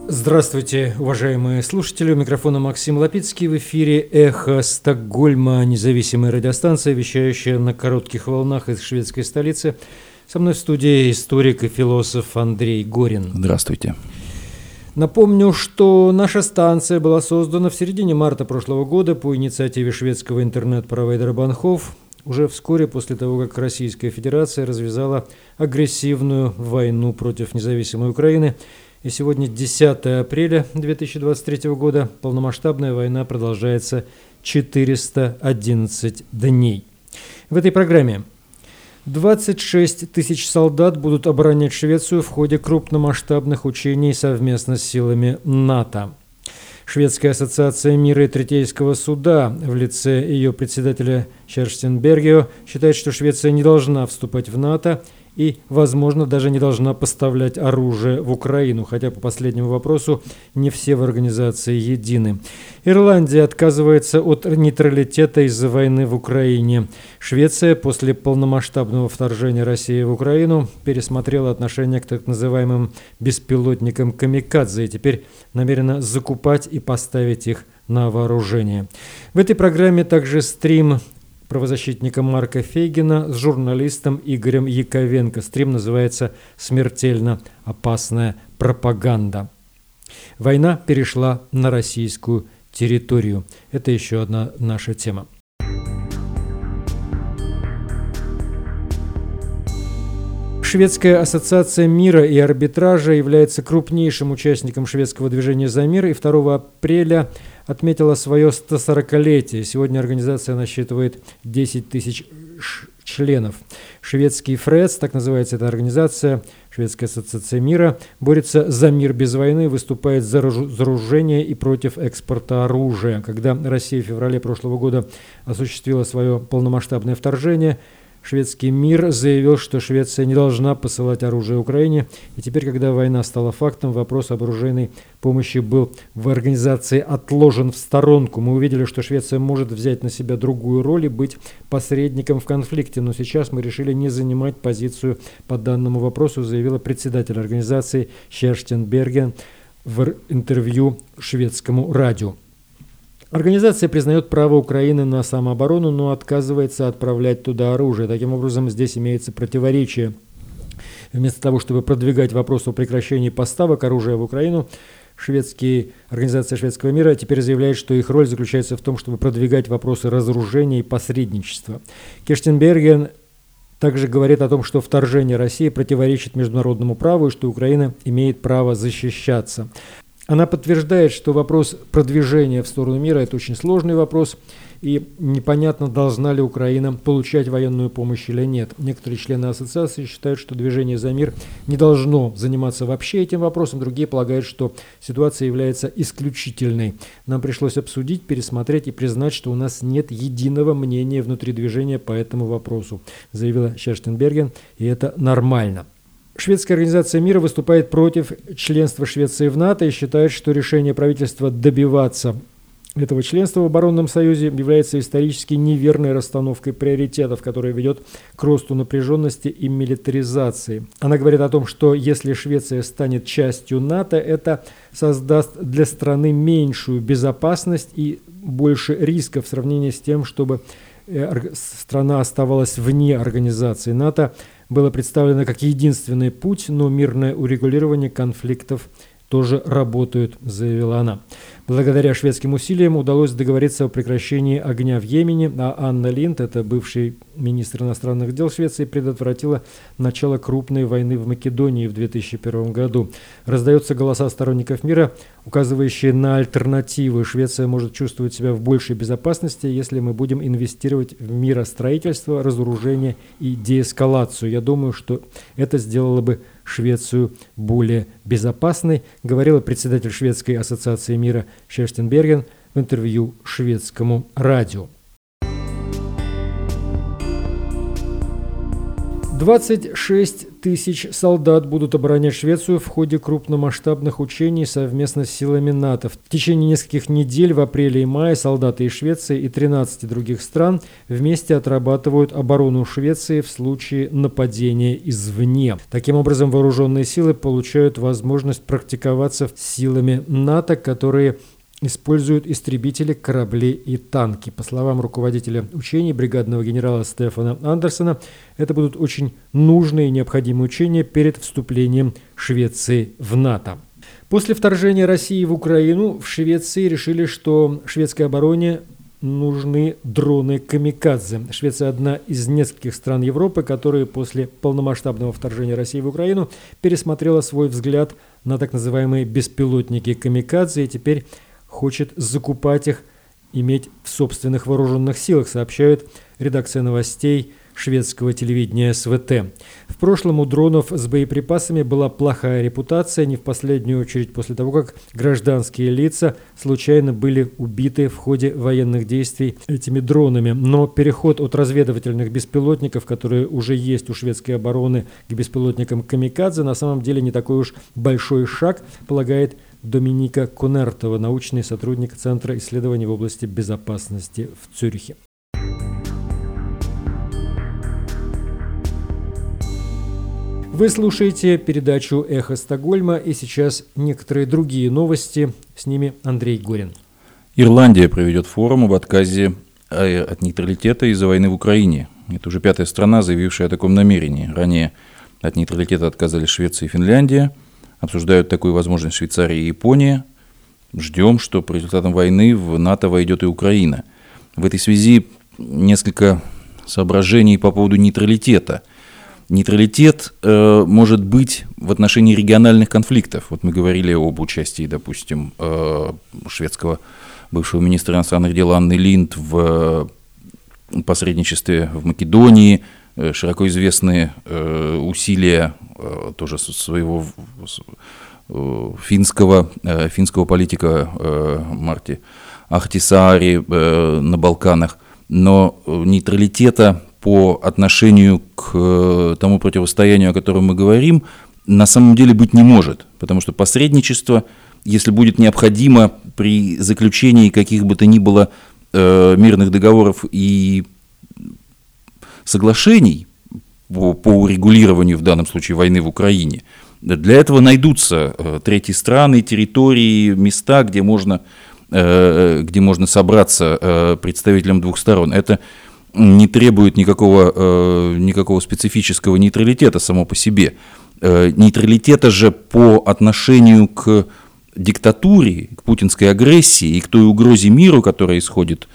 Здравствуйте, уважаемые слушатели. У микрофона Максим Лапицкий. В эфире «Эхо Стокгольма», независимая радиостанция, вещающая на коротких волнах из шведской столицы. Со мной в студии историк и философ Андрей Горин. Здравствуйте. Напомню, что наша станция была создана в середине марта прошлого года по инициативе шведского интернет-провайдера Банхоф, уже вскоре после того, как Российская Федерация развязала агрессивную войну против независимой Украины. И сегодня 10 апреля 2023 года. Полномасштабная война продолжается 411 дней. В этой программе 26 тысяч солдат будут оборонять Швецию в ходе крупномасштабных учений совместно с силами НАТО. Шведская ассоциация мира и Третейского суда в лице ее председателя Керстин Бергио считает, что Швеция не должна вступать в НАТО и, возможно, даже не должна поставлять оружие в Украину, хотя по последнему вопросу не все в организации едины. Ирландия отказывается от нейтралитета из-за войны в Украине. Швеция после полномасштабного вторжения России в Украину пересмотрела отношение к так называемым беспилотникам «Камикадзе» и теперь намерена закупать и поставить их на вооружение. В этой программе также стрим правозащитника Марка Фейгина с журналистом Игорем Яковенко. Стрим называется «Смертельно опасная пропаганда». Война перешла на российскую территорию. Это еще одна наша тема. Шведская ассоциация мира и арбитража является крупнейшим участником шведского движения за мир и 2 апреля отметила свое 140-летие. Сегодня организация насчитывает 10 тысяч членов. Шведский ФРЭЦ, так называется эта организация, Шведская ассоциация мира, борется за мир без войны, выступает за разоружение и против экспорта оружия. Когда Россия в феврале прошлого года осуществила свое полномасштабное вторжение, Шведский мир заявил, что Швеция не должна посылать оружие Украине. И теперь, когда война стала фактом, вопрос об оружейной помощи был в организации отложен в сторонку. Мы увидели, что Швеция может взять на себя другую роль и быть посредником в конфликте. Но сейчас мы решили не занимать позицию по данному вопросу, заявила председатель организации Керстин Берген в интервью шведскому радио. Организация признает право Украины на самооборону, но отказывается отправлять туда оружие. Таким образом, здесь имеется противоречие. Вместо того, чтобы продвигать вопрос о прекращении поставок оружия в Украину, Организация Шведского мира теперь заявляет, что их роль заключается в том, чтобы продвигать вопросы разоружения и посредничества. Керстин Берген также говорит о том, что вторжение России противоречит международному праву и что Украина имеет право защищаться. Она подтверждает, что вопрос продвижения в сторону мира – это очень сложный вопрос, и непонятно, должна ли Украина получать военную помощь или нет. Некоторые члены ассоциации считают, что движение за мир не должно заниматься вообще этим вопросом, другие полагают, что ситуация является исключительной. Нам пришлось обсудить, пересмотреть и признать, что у нас нет единого мнения внутри движения по этому вопросу, заявила Керстин Берген, и это нормально. Шведская организация мира выступает против членства Швеции в НАТО и считает, что решение правительства добиваться этого членства в оборонном союзе является исторически неверной расстановкой приоритетов, которая ведет к росту напряженности и милитаризации. Она говорит о том, что если Швеция станет частью НАТО, это создаст для страны меньшую безопасность и больше рисков в сравнении с тем, чтобы страна оставалась вне организации НАТО, было представлено как единственный путь, но мирное урегулирование конфликтов тоже работают, заявила она. Благодаря шведским усилиям удалось договориться о прекращении огня в Йемене, а Анна Линд, это бывший министр иностранных дел Швеции, предотвратила начало крупной войны в Македонии в 2001 году. Раздаются голоса сторонников мира, указывающие на альтернативы. Швеция может чувствовать себя в большей безопасности, если мы будем инвестировать в миростроительство, разоружение и деэскалацию. Я думаю, что это сделало бы Швецию более безопасной, говорила председатель Шведской ассоциации мира Керстин Берген в интервью шведскому радио. 26 тысяч солдат будут оборонять Швецию в ходе крупномасштабных учений совместно с силами НАТО. В течение нескольких недель в апреле и мае солдаты из Швеции и 13 других стран вместе отрабатывают оборону Швеции в случае нападения извне. Таким образом, вооруженные силы получают возможность практиковаться с силами НАТО, которые используют истребители, корабли и танки. По словам руководителя учений, бригадного генерала Стефана Андерсона, это будут очень нужные и необходимые учения перед вступлением Швеции в НАТО. После вторжения России в Украину в Швеции решили, что шведской обороне нужны дроны-камикадзе. Швеция одна из нескольких стран Европы, которые после полномасштабного вторжения России в Украину пересмотрела свой взгляд на так называемые беспилотники-камикадзе и теперь хочет закупать их, иметь в собственных вооруженных силах, сообщает редакция новостей шведского телевидения СВТ. В прошлом у дронов с боеприпасами была плохая репутация, не в последнюю очередь после того, как гражданские лица случайно были убиты в ходе военных действий этими дронами. Но переход от разведывательных беспилотников, которые уже есть у шведской обороны, к беспилотникам камикадзе, на самом деле не такой уж большой шаг, полагает Доминика Конертова, научный сотрудник Центра исследований в области безопасности в Цюрихе. Вы слушаете передачу «Эхо Стокгольма», и сейчас некоторые другие новости. С ними Андрей Горин. Ирландия проведет форум об отказе от нейтралитета из-за войны в Украине. Это уже 5-я страна, заявившая о таком намерении. Ранее от нейтралитета отказались Швеция и Финляндия. Обсуждают такую возможность Швейцария и Япония. Ждем, что по результатам войны в НАТО войдет и Украина. В этой связи несколько соображений по поводу нейтралитета. Нейтралитет может быть в отношении региональных конфликтов. Вот мы говорили об участии, допустим, шведского бывшего министра иностранных дел Анны Линд в посредничестве в Македонии, широко известные усилия тоже своего финского политика Марти Ахтисаари на Балканах, но нейтралитета по отношению к тому противостоянию, о котором мы говорим, на самом деле быть не может, потому что посредничество, если будет необходимо при заключении каких бы то ни было мирных договоров и соглашений по урегулированию в данном случае войны в Украине, для этого найдутся третьи страны, территории, места, где можно собраться представителям двух сторон. Это не требует никакого специфического нейтралитета само по себе. Нейтралитета же по отношению к диктатуре, к путинской агрессии и к той угрозе миру, которая исходит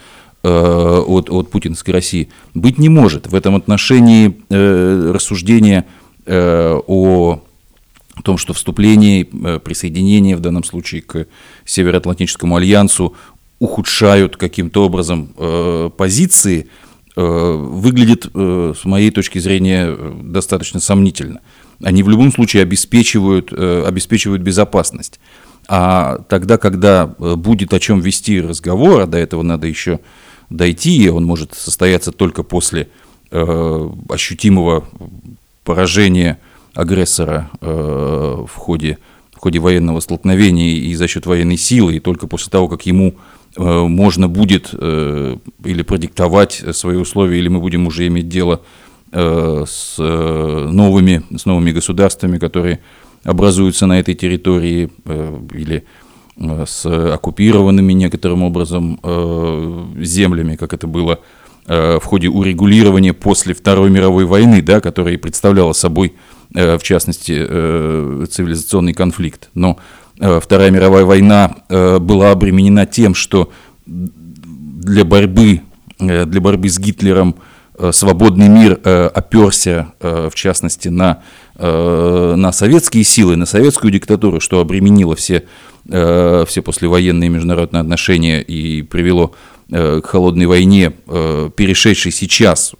от путинской России, быть не может. В этом отношении рассуждения о том, что вступление, присоединение в данном случае к Североатлантическому альянсу ухудшают каким-то образом позиции, выглядит, с моей точки зрения, достаточно сомнительно. Они в любом случае обеспечивают безопасность. А тогда, когда будет о чем вести разговор, а до этого надо еще дойти, и он может состояться только после ощутимого поражения агрессора в ходе военного столкновения и за счет военной силы, и только после того, как ему можно будет или продиктовать свои условия, или мы будем уже иметь дело с новыми государствами, которые образуются на этой территории, или с оккупированными некоторым образом землями, как это было в ходе урегулирования после Второй мировой войны, да, которая представляла собой, в частности, цивилизационный конфликт. Но Вторая мировая война была обременена тем, что для борьбы с Гитлером свободный мир оперся, в частности, на советские силы, на советскую диктатуру, что обременило все послевоенные международные отношения и привело к холодной войне, перешедшей сейчас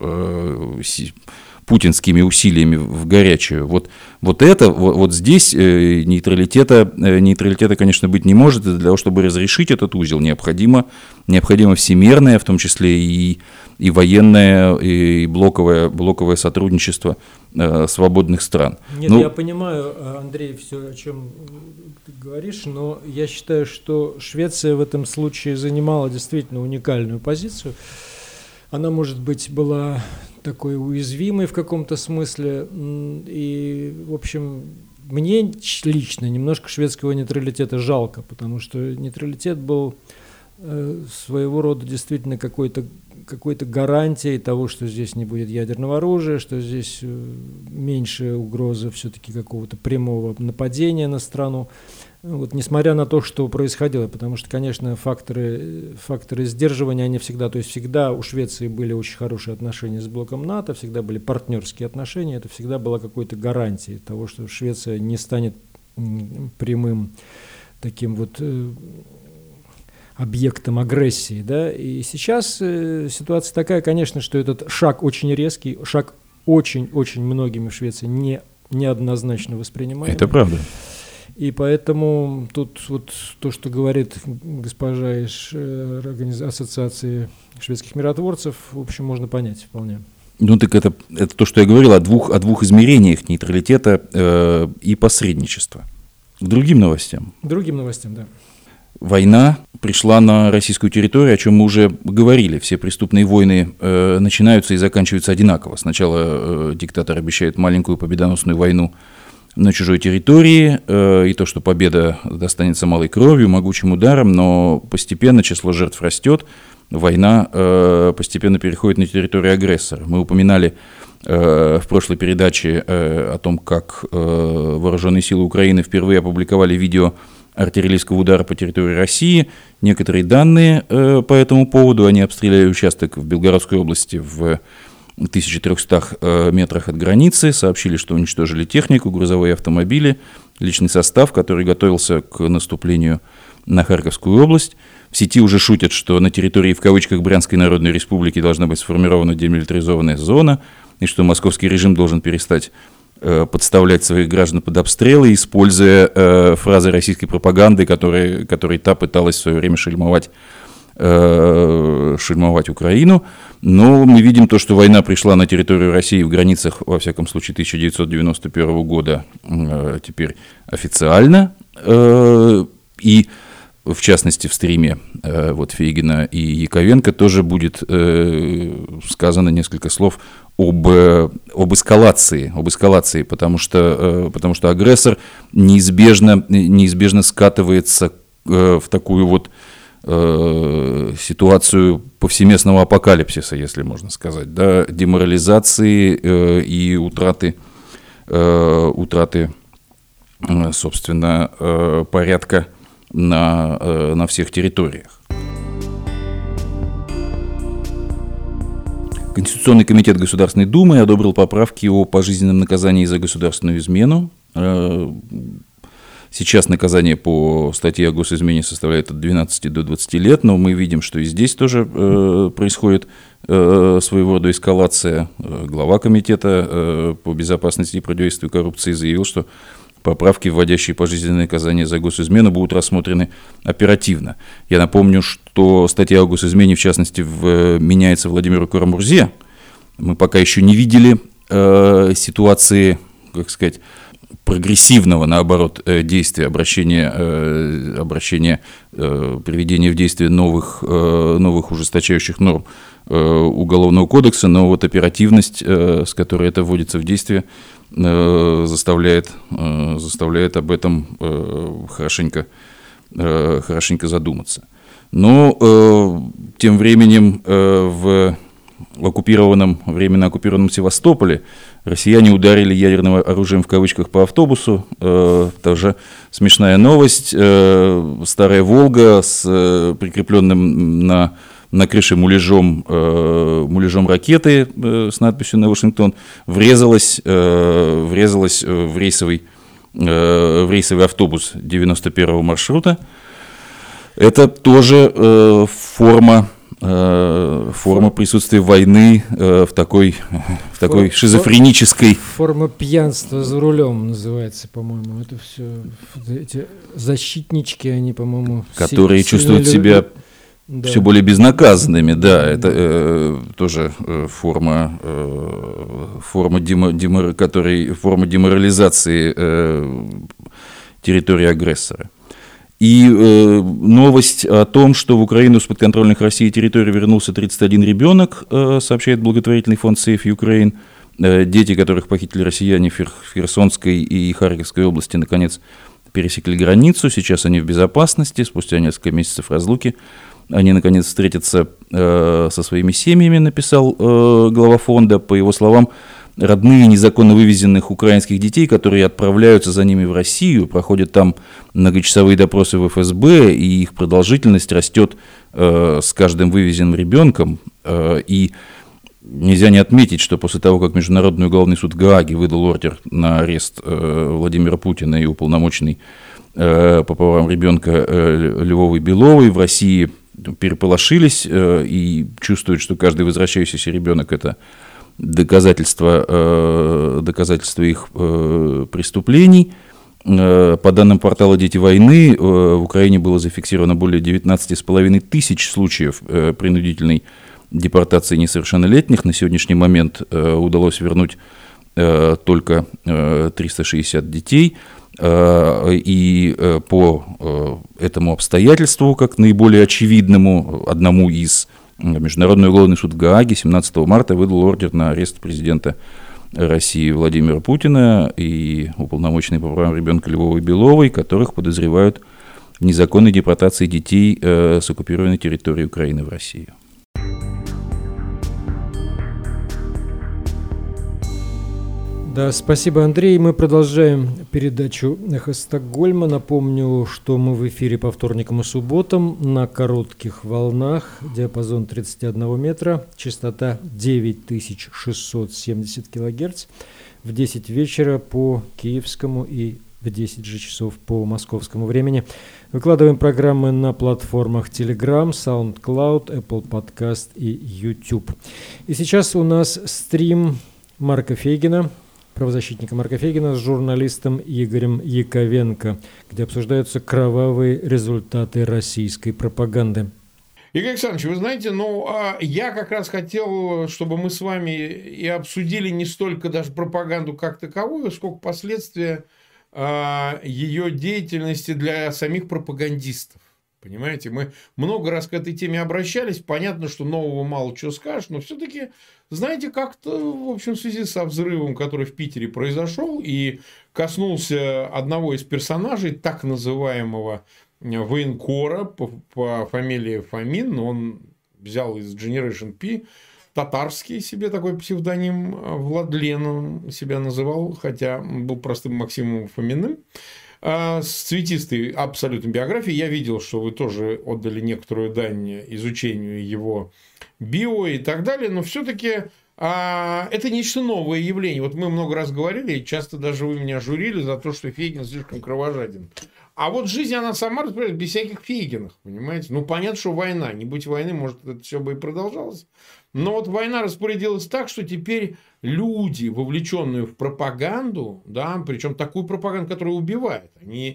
путинскими усилиями в горячую. Вот здесь нейтралитета, конечно, быть не может. И для того, чтобы разрешить этот узел, необходимо всемирное, в том числе и военное, и блоковое сотрудничество свободных стран. Нет, я понимаю, Андрей, все, о чем ты говоришь, но я считаю, что Швеция в этом случае занимала действительно уникальную позицию. Она, может быть, была такой уязвимой в каком-то смысле, и, в общем, мне лично немножко шведского нейтралитета жалко, потому что нейтралитет был своего рода действительно какой-то гарантией того, что здесь не будет ядерного оружия, что здесь меньше угрозы все-таки какого-то прямого нападения на страну. Вот, несмотря на то, что происходило, потому что, конечно, факторы сдерживания, они всегда, то есть всегда у Швеции были очень хорошие отношения с блоком НАТО, всегда были партнерские отношения, это всегда была какой-то гарантией того, что Швеция не станет прямым таким вот объектом агрессии, да, и сейчас ситуация такая, конечно, что этот шаг очень резкий, шаг очень-очень многими в Швеции неоднозначно воспринимаемый. Это правда. И поэтому тут вот то, что говорит госпожа из Ассоциации шведских миротворцев, в общем, можно понять вполне. Ну так это то, что я говорил о двух измерениях нейтралитета и посредничества. К другим новостям. Другим новостям, да. Война пришла на российскую территорию, о чем мы уже говорили. Все преступные войны начинаются и заканчиваются одинаково. Сначала диктатор обещает маленькую победоносную войну на чужой территории, и то, что победа достанется малой кровью, могучим ударом, но постепенно число жертв растет, война постепенно переходит на территорию агрессора. Мы упоминали в прошлой передаче о том, как вооруженные силы Украины впервые опубликовали видео артиллерийского удара по территории России. Некоторые данные по этому поводу: они обстреляли участок в Белгородской области в 1300 метрах от границы, сообщили, что уничтожили технику, грузовые автомобили, личный состав, который готовился к наступлению на Харьковскую область. В сети уже шутят, что на территории, в кавычках, Брянской Народной Республики должна быть сформирована демилитаризованная зона, и что московский режим должен перестать подставлять своих граждан под обстрелы, используя фразы российской пропаганды, которые та пыталась в свое время шельмовать Украину. Но мы видим то, что война пришла на территорию России в границах, во всяком случае, 1991 года теперь официально. И в частности в стриме вот Фейгина и Яковенко тоже будет сказано несколько слов об эскалации, потому что агрессор неизбежно скатывается в такую вот ситуацию повсеместного апокалипсиса, если можно сказать, да, деморализации и утраты, собственно, порядка на всех территориях. Конституционный комитет Государственной Думы одобрил поправки о пожизненном наказании за государственную измену. Сейчас наказание по статье о госизмене составляет от 12 до 20 лет, но мы видим, что и здесь тоже происходит своего рода эскалация. Глава комитета по безопасности и противодействию коррупции заявил, что поправки, вводящие пожизненное наказание за госизмену, будут рассмотрены оперативно. Я напомню, что статья о госизмене, в частности, меняется Владимиру Карамурзе. Мы пока еще не видели ситуации, как сказать, прогрессивного, наоборот, действия, обращения, приведения в действие новых ужесточающих норм Уголовного кодекса, но вот оперативность, с которой это вводится в действие, заставляет об этом хорошенько задуматься. Но тем временем в временно оккупированном Севастополе россияне ударили ядерным оружием в кавычках по автобусу. Тоже смешная новость. Старая «Волга» с прикрепленным на крыше муляжом ракеты с надписью «На Вашингтон» врезалась в рейсовый автобус 91-го маршрута. Это тоже форма присутствия войны в такой шизофренической... Форма пьянства за рулем называется, по-моему. Это все эти защитнички, они, по-моему... Которые чувствуют себя все более безнаказанными, да, это тоже форма деморализации территории агрессора. И новость о том, что в Украину с подконтрольных России территорий вернулся 31 ребенок, сообщает благотворительный фонд Save Ukraine. Дети, которых похитили россияне в Херсонской и Харьковской области, наконец пересекли границу. Сейчас они в безопасности, спустя несколько месяцев разлуки. Они, наконец, встретятся со своими семьями, написал глава фонда. По его словам, родные незаконно вывезенных украинских детей, которые отправляются за ними в Россию, проходят там многочасовые допросы в ФСБ, и их продолжительность растет с каждым вывезенным ребенком. И нельзя не отметить, что после того, как Международный уголовный суд в Гааге выдал ордер на арест Владимира Путина и уполномоченный по правам ребенка Львовой-Беловой, в России переполошились и чувствуют, что каждый возвращающийся ребенок – это доказательство их преступлений. По данным портала «Дети войны», в Украине было зафиксировано более 19,5 тысяч случаев принудительной депортации несовершеннолетних. На сегодняшний момент удалось вернуть только 360 детей. И по этому обстоятельству, как наиболее очевидному, одному из, Международный уголовный суд в Гааге 17 марта выдал ордер на арест президента России Владимира Путина и уполномоченной по правам ребенка Львовой-Беловой, которых подозревают в незаконной депортации детей с оккупированной территории Украины в Россию. Да, спасибо, Андрей. Мы продолжаем передачу «Эхо Стокгольма». Напомню, что мы в эфире по вторникам и субботам на коротких волнах, диапазон 31 метра, частота 9670 килогерц, в 10 вечера по киевскому и в 10 же часов по московскому времени. Выкладываем программы на платформах Telegram, SoundCloud, Apple Podcast и YouTube. И сейчас у нас стрим Марка Фейгина, правозащитника Марка Фейгина, с журналистом Игорем Яковенко, где обсуждаются кровавые результаты российской пропаганды. Игорь Александрович, вы знаете, я как раз хотел, чтобы мы с вами и обсудили не столько даже пропаганду как таковую, сколько последствия ее деятельности для самих пропагандистов. Понимаете, мы много раз к этой теме обращались. Понятно, что нового мало чего скажешь, но все-таки, знаете, как-то, в общем, в связи со взрывом, который в Питере произошел и коснулся одного из персонажей, так называемого военкора по фамилии Фомин, он взял из Generation P, татарский себе такой псевдоним, Владлен он себя называл, хотя был простым Максимом Фоминым. С цветистой абсолютной биографией. Я видел, что вы тоже отдали некоторую дань изучению его био и так далее, но все-таки это нечто новое явление. Вот мы много раз говорили, и часто даже вы меня журили за то, что Фейгин слишком кровожаден. А вот жизнь, она сама распоряжается без всяких Фейгинов, понимаете? Ну, понятно, что война. Не будь войны, может, это все бы и продолжалось. Но вот война распорядилась так, что теперь люди, вовлеченные в пропаганду, да, причем такую пропаганду, которая убивает, они,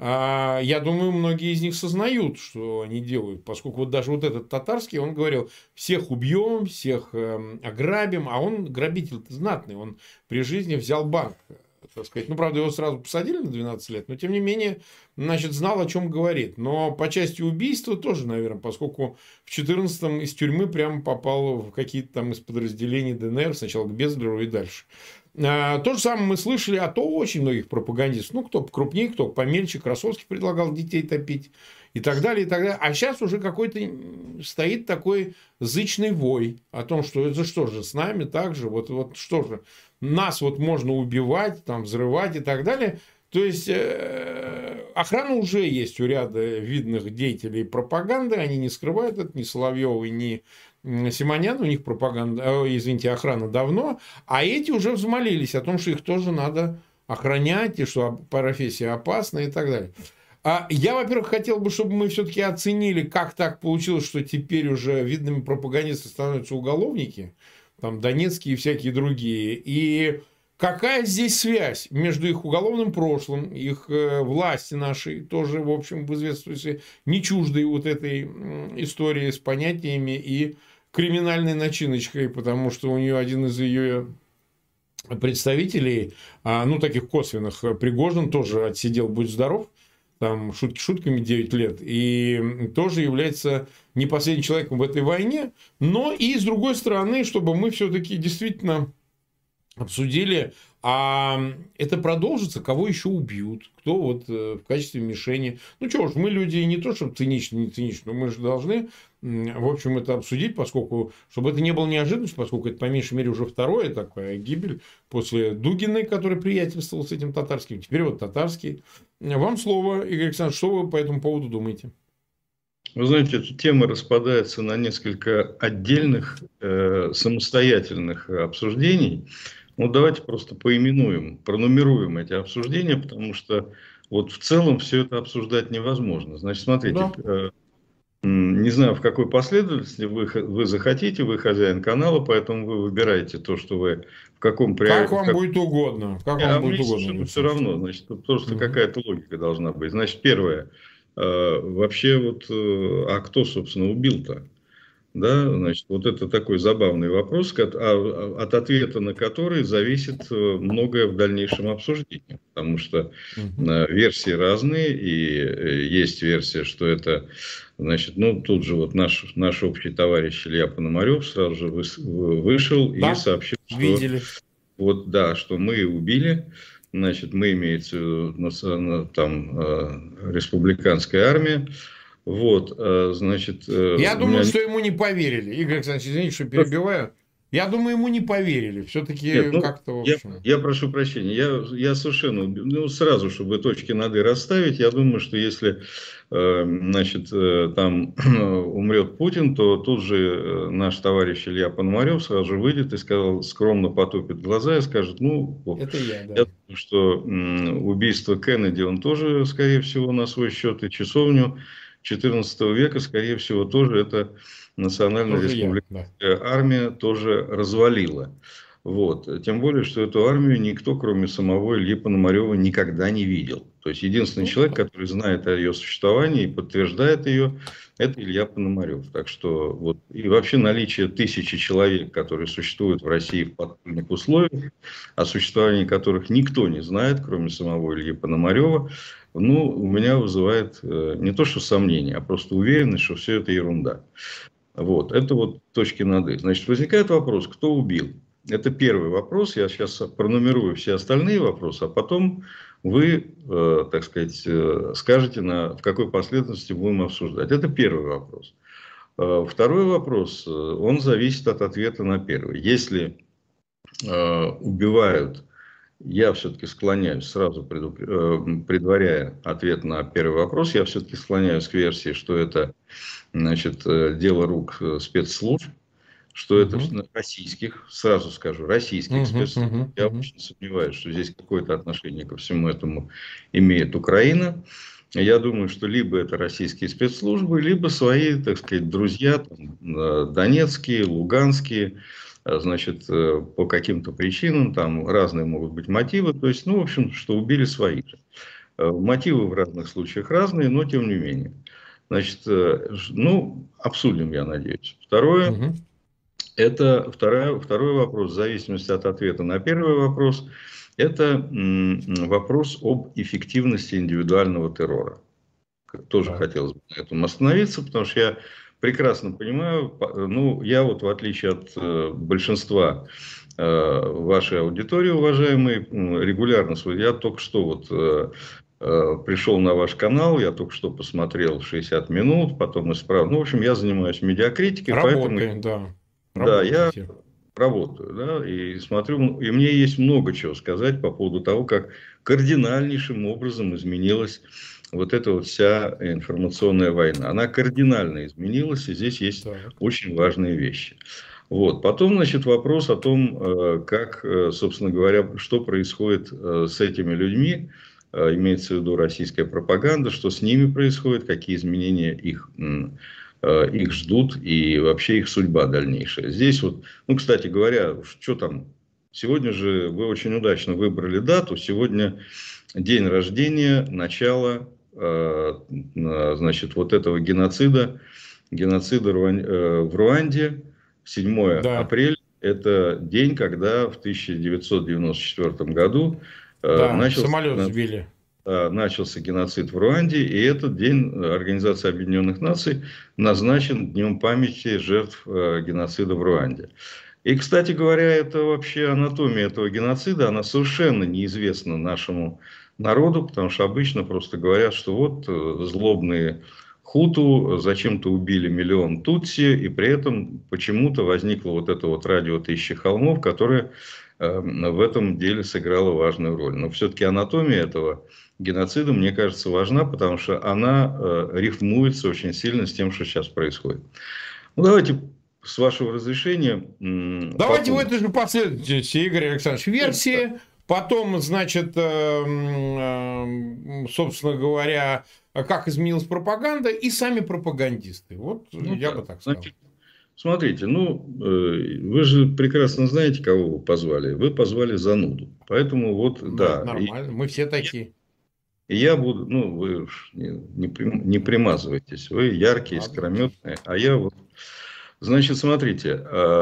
я думаю, многие из них сознают, что они делают, поскольку вот даже вот этот татарский, он говорил, всех убьем, всех ограбим, а он грабитель-то знатный, он при жизни взял банк. Так сказать. Ну, правда, его сразу посадили на 12 лет, но, тем не менее, значит, знал, о чем говорит. Но по части убийства тоже, наверное, поскольку в 14-м из тюрьмы прямо попал в какие-то там из подразделений ДНР, сначала к Безлеру и дальше. То же самое мы слышали от очень многих пропагандистов. Ну, кто покрупнее, кто помельче. Красовский предлагал детей топить и так далее, и так далее. А сейчас уже какой-то стоит такой зычный вой о том, что это что же, с нами так же, вот что же, нас вот можно убивать, там, взрывать и так далее. То есть, охрана уже есть у ряда видных деятелей пропаганды, они не скрывают это, ни Соловьев, ни Симонян, у них пропаганда, охрана давно, а эти уже взмолились о том, что их тоже надо охранять, и что профессия опасна и так далее. Я, во-первых, хотел бы, чтобы мы все-таки оценили, как так получилось, что теперь уже видными пропагандистами становятся уголовники, там, донецкие и всякие другие, и какая здесь связь между их уголовным прошлым, их власти нашей, тоже, в общем, в известном смысле, не чуждой вот этой истории с понятиями и криминальной начиночкой, потому что у нее один из ее представителей, ну, таких косвенных, Пригожин, тоже отсидел, будь здоров, там шутки шутками 9 лет, и тоже является не последним человеком в этой войне, но и с другой стороны, чтобы мы все-таки действительно обсудили, а это продолжится, кого еще убьют, кто вот в качестве мишени. Ну что ж, мы люди не то, чтобы циничны, не циничны, но мы же должны, в общем, это обсудить, поскольку, чтобы это не было неожиданностью, поскольку это, по меньшей мере, уже второе такая гибель после Дугиной, который приятельствовал с этим татарским, теперь вот татарский. Вам слово, Игорь Александрович, что вы по этому поводу думаете? Вы знаете, эта тема распадается на несколько отдельных самостоятельных обсуждений. Ну, давайте просто поименуем, пронумеруем эти обсуждения, потому что вот в целом все это обсуждать невозможно. Значит, смотрите, не знаю, в какой последовательности вы захотите, вы хозяин канала, поэтому вы выбираете то, что вы в каком Как вам будет угодно. Как вам будет угодно. Все равно, значит, тут просто какая-то логика должна быть. Значит, первое, вообще вот, а кто, собственно, убил-то? Да, значит, вот это такой забавный вопрос, от ответа на который зависит многое в дальнейшем обсуждении. Потому что версии разные, и есть версия, что это, значит, ну, тут же вот наш общий товарищ Илья Пономарев сразу же вышел и сообщил, что, вот, да, что мы убили. Значит, мы имеется в виду там республиканская армия. Вот, значит... Я думаю, что ему не поверили. Игорь Александрович, извините, что перебиваю. Я думаю, ему не поверили. Все-таки как-то... Я прошу прощения. Я совершенно... Ну, сразу, чтобы точки над «и» расставить, я думаю, что если, значит, там умрет Путин, то тут же наш товарищ Илья Пономарев сразу же выйдет и скромно потупит глаза и скажет, ну... Это я, да. Я думаю, что убийство Кеннеди он тоже, скорее всего, на свой счет, и часовню XIV века, скорее всего, тоже это национальная республиканская армия тоже развалила. Вот. Тем более, что эту армию никто, кроме самого Ильи Пономарева, никогда не видел. То есть, единственный человек, который знает о ее существовании и подтверждает ее, это Илья Пономарев. Так что, вот, и вообще наличие тысячи человек, которые существуют в России в подпольных условиях, о существовании которых никто не знает, кроме самого Ильи Пономарева, ну, у меня вызывает не то что сомнение, а просто уверенность, что все это ерунда. Вот, это вот точки над «и». Значит, возникает вопрос, кто убил? Это первый вопрос. Я сейчас пронумерую все остальные вопросы, а потом вы, так сказать, скажете, в какой последовательности будем обсуждать. Это первый вопрос. Второй вопрос, он зависит от ответа на первый. Если убивают... Я все-таки склоняюсь, сразу предваряя ответ на первый вопрос, я все-таки склоняюсь к версии, что это, значит, дело рук спецслужб, что это российских, сразу скажу, российских спецслужб. Я очень сомневаюсь, что здесь какое-то отношение ко всему этому имеет Украина. Я думаю, что либо это российские спецслужбы, либо свои, так сказать, друзья, там, донецкие, луганские, значит, по каким-то причинам, там разные могут быть мотивы, то есть, ну, в общем, что убили своих. Мотивы в разных случаях разные, но тем не менее. Значит, ну, обсудим, я надеюсь. Второе, это второй вопрос, в зависимости от ответа на первый вопрос, это вопрос об эффективности индивидуального террора. Тоже хотелось бы на этом остановиться, потому что я прекрасно понимаю, ну, я вот в отличие от большинства вашей аудитории, уважаемые, регулярно, я только что вот пришел на ваш канал, я только что посмотрел 60 минут, потом исправил. Ну, в общем, я занимаюсь медиакритикой. Работаем, да. Да, я работаю, да, и смотрю, и мне есть много чего сказать по поводу того, как кардинальнейшим образом изменилась вот эта вот вся информационная война. Она кардинально изменилась, и здесь есть очень важные вещи. Вот. Потом, значит, вопрос о том, как, собственно говоря, что происходит с этими людьми, имеется в виду российская пропаганда, что с ними происходит, какие изменения их ждут и вообще их судьба дальнейшая. Здесь вот, ну, кстати говоря, что там Сегодня же вы очень удачно выбрали дату. Сегодня день рождения, начала, значит, вот этого геноцида в Руанде. 7 Да, апреля – это день, когда в 1994 году да, начался самолет геноцид. сбили. Начался геноцид в Руанде, и этот день Организация Объединенных Наций назначен Днем памяти жертв геноцида в Руанде. И, кстати говоря, это вообще анатомия этого геноцида, она совершенно неизвестна нашему народу, потому что обычно просто говорят, что вот злобные хуту зачем-то убили миллион тутси, и при этом почему-то возникло вот это вот радио «Тысячи холмов», которое в этом деле сыграло важную роль. Но все-таки анатомия этого геноцида, мне кажется, важна, потому что она рифмуется очень сильно с тем, что сейчас происходит. Ну, давайте, с вашего разрешения, Давайте в этой же последовательности, Игорь Александрович, версии, потом, значит, собственно говоря, как изменилась пропаганда и сами пропагандисты. Вот я бы так сказал. Значит, смотрите, вы же прекрасно знаете, кого вы позвали. Вы позвали зануду. Поэтому вот, да. Это нормально, мы все такие. И я буду, вы уж не примазывайтесь. Вы яркие, искрометные, а я вот. Значит, смотрите,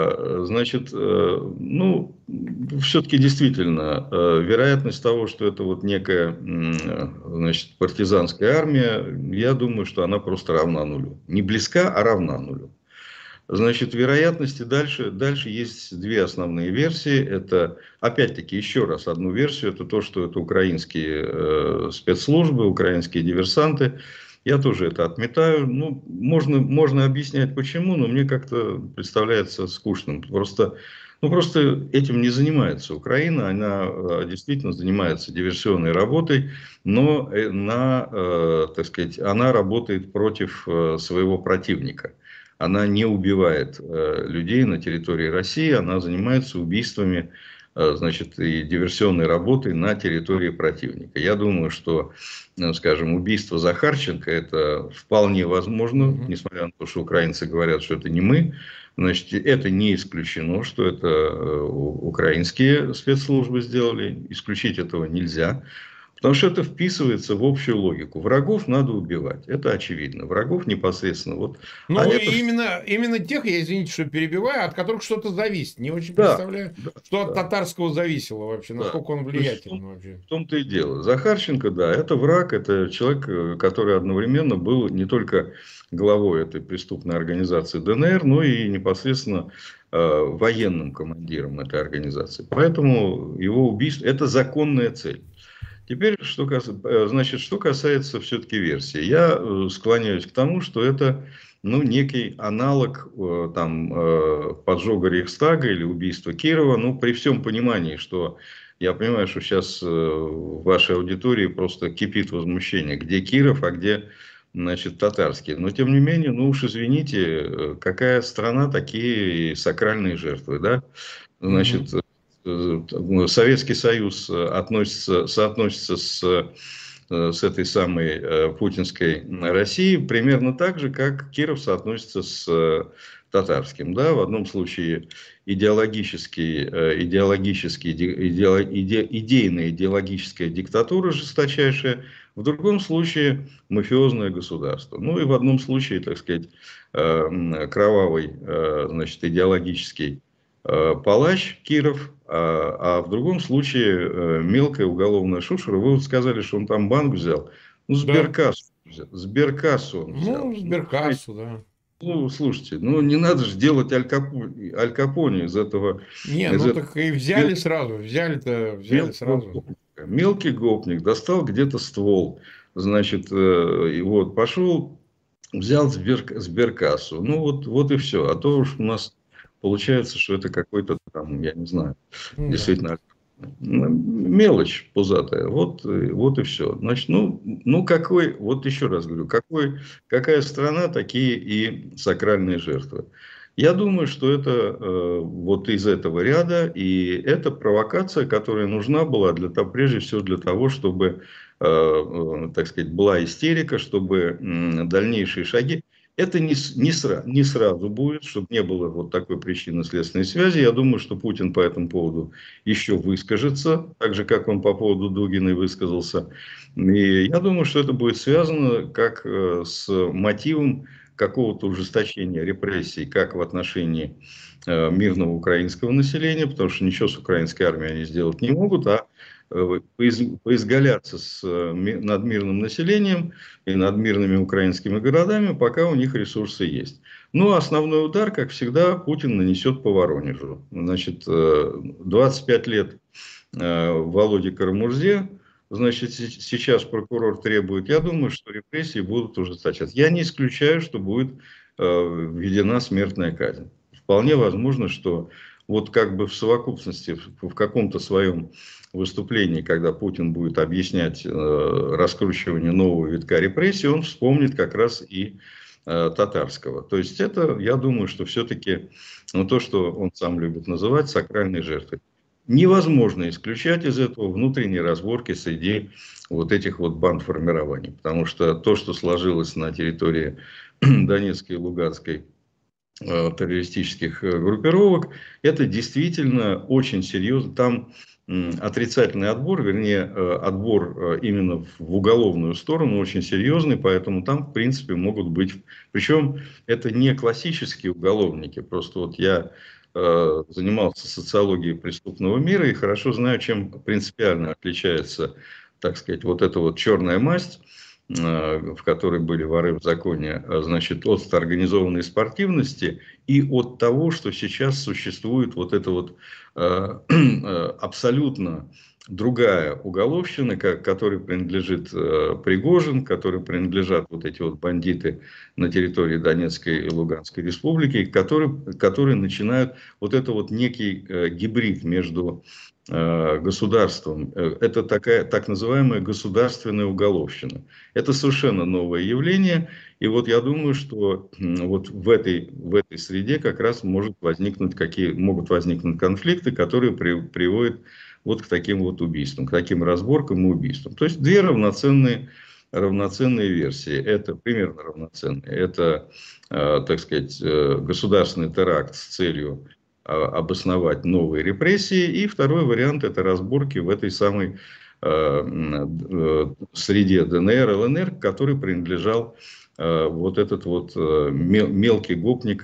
все-таки действительно вероятность того, что это вот некая, значит, партизанская армия, я думаю, что она просто равна нулю. Не близка, а равна нулю. Значит, вероятности дальше есть две основные версии. Это, опять-таки, еще раз одну версию. Это то, что это украинские спецслужбы, украинские диверсанты. Я тоже это отметаю. Можно объяснять почему, но мне как-то представляется скучным. Просто этим не занимается Украина. Она действительно занимается диверсионной работой, но так сказать, она работает против своего противника. Она не убивает людей на территории России, она занимается убийствами, значит, и диверсионной работой на территории противника. Я думаю, что, скажем, убийство Захарченко это вполне возможно, несмотря на то, что украинцы говорят, что это не мы. Значит, это не исключено, что это украинские спецслужбы сделали. Исключить этого нельзя. Потому что это вписывается в общую логику. Врагов надо убивать. Это очевидно. Врагов непосредственно. Именно тех, я извините, что перебиваю, от которых что-то зависит. Не очень представляю, что от татарского зависело вообще, насколько он влиятельный вообще. В том-то и дело. Захарченко, да, это враг, это человек, который одновременно был не только главой этой преступной организации ДНР, но и непосредственно военным командиром этой организации. Поэтому его убийство – это законная цель. Теперь, что касается все-таки версии. Я склоняюсь к тому, что это некий аналог поджога Рейхстага или убийства Кирова. При всем понимании, что я понимаю, что сейчас в вашей аудитории просто кипит возмущение. Где Киров, а где, значит, татарские. Но, тем не менее, уж извините, какая страна, такие сакральные жертвы, да? Значит, Советский Союз соотносится с этой самой путинской Россией примерно так же, как Киров соотносится с татарским. Да? В одном случае идейно-идеологическая диктатура жесточайшая, в другом случае мафиозное государство. И в одном случае, так сказать, кровавый, значит, идеологический палач Киров, а в другом случае мелкая уголовная шушера. Вы вот сказали, что он там банк взял. Сберкассу взял. Сберкассу он взял. Сберкассу, да. Слушайте, не надо же делать Аль Капоне из этого. Так и взяли сразу. Взяли сразу. Мелкий гопник достал где-то ствол. Значит, и вот пошел, взял Сберкассу. Вот и все. А то уж у нас получается, что это какой-то там, я не знаю, действительно мелочь пузатая. Вот и все. Значит, какой, вот еще раз говорю, какая страна, такие и сакральные жертвы. Я думаю, что это вот из этого ряда, и это провокация, которая нужна была прежде всего для того, чтобы, так сказать, была истерика, чтобы дальнейшие шаги. Это не сразу будет, чтобы не было вот такой причинно-следственной связи. Я думаю, что Путин по этому поводу еще выскажется, так же, как он по поводу Дугиной высказался. И я думаю, что это будет связано как с мотивом какого-то ужесточения репрессий, как в отношении мирного украинского населения, потому что ничего с украинской армией они сделать не могут, а поизгаляться над мирным населением и над мирными украинскими городами, пока у них ресурсы есть. Ну, основной удар, как всегда, Путин нанесет по Воронежу. Значит, 25 лет Володе Карамурзе, значит, сейчас прокурор требует, я думаю, что репрессии будут ужесточаться. Я не исключаю, что будет введена смертная казнь. Вполне возможно, что вот как бы в совокупности, в каком-то своем выступлении, когда Путин будет объяснять раскручивание нового витка репрессий, он вспомнит как раз и татарского. То есть это, я думаю, что все-таки то, что он сам любит называть сакральной жертвой. Невозможно исключать из этого внутренние разборки среди вот этих вот бандформирований. Потому что то, что сложилось на территории Донецкой и Луганской террористических группировок, это действительно очень серьезно. Там отрицательный отбор, вернее, отбор именно в уголовную сторону очень серьезный, поэтому там, в принципе, могут быть... Причем это не классические уголовники, просто вот я занимался социологией преступного мира и хорошо знаю, чем принципиально отличается, так сказать, вот эта вот черная масть, в которой были воры в законе, значит, от организованной спортивности и от того, что сейчас существует вот эта вот абсолютно другая уголовщина, которой принадлежит Пригожин, которой принадлежат вот эти вот бандиты на территории Донецкой и Луганской республики, которые начинают вот это вот некий гибрид между государством. Это такая так называемая государственная уголовщина. Это совершенно новое явление. И вот я думаю, что вот в этой среде как раз могут возникнуть конфликты, которые приводят вот к таким вот убийствам, к таким разборкам и убийствам. То есть две равноценные версии. Это примерно равноценные. Это, так сказать, государственный теракт с целью обосновать новые репрессии. И второй вариант – это разборки в этой самой среде ДНР, ЛНР, к которой принадлежал вот этот вот мелкий гопник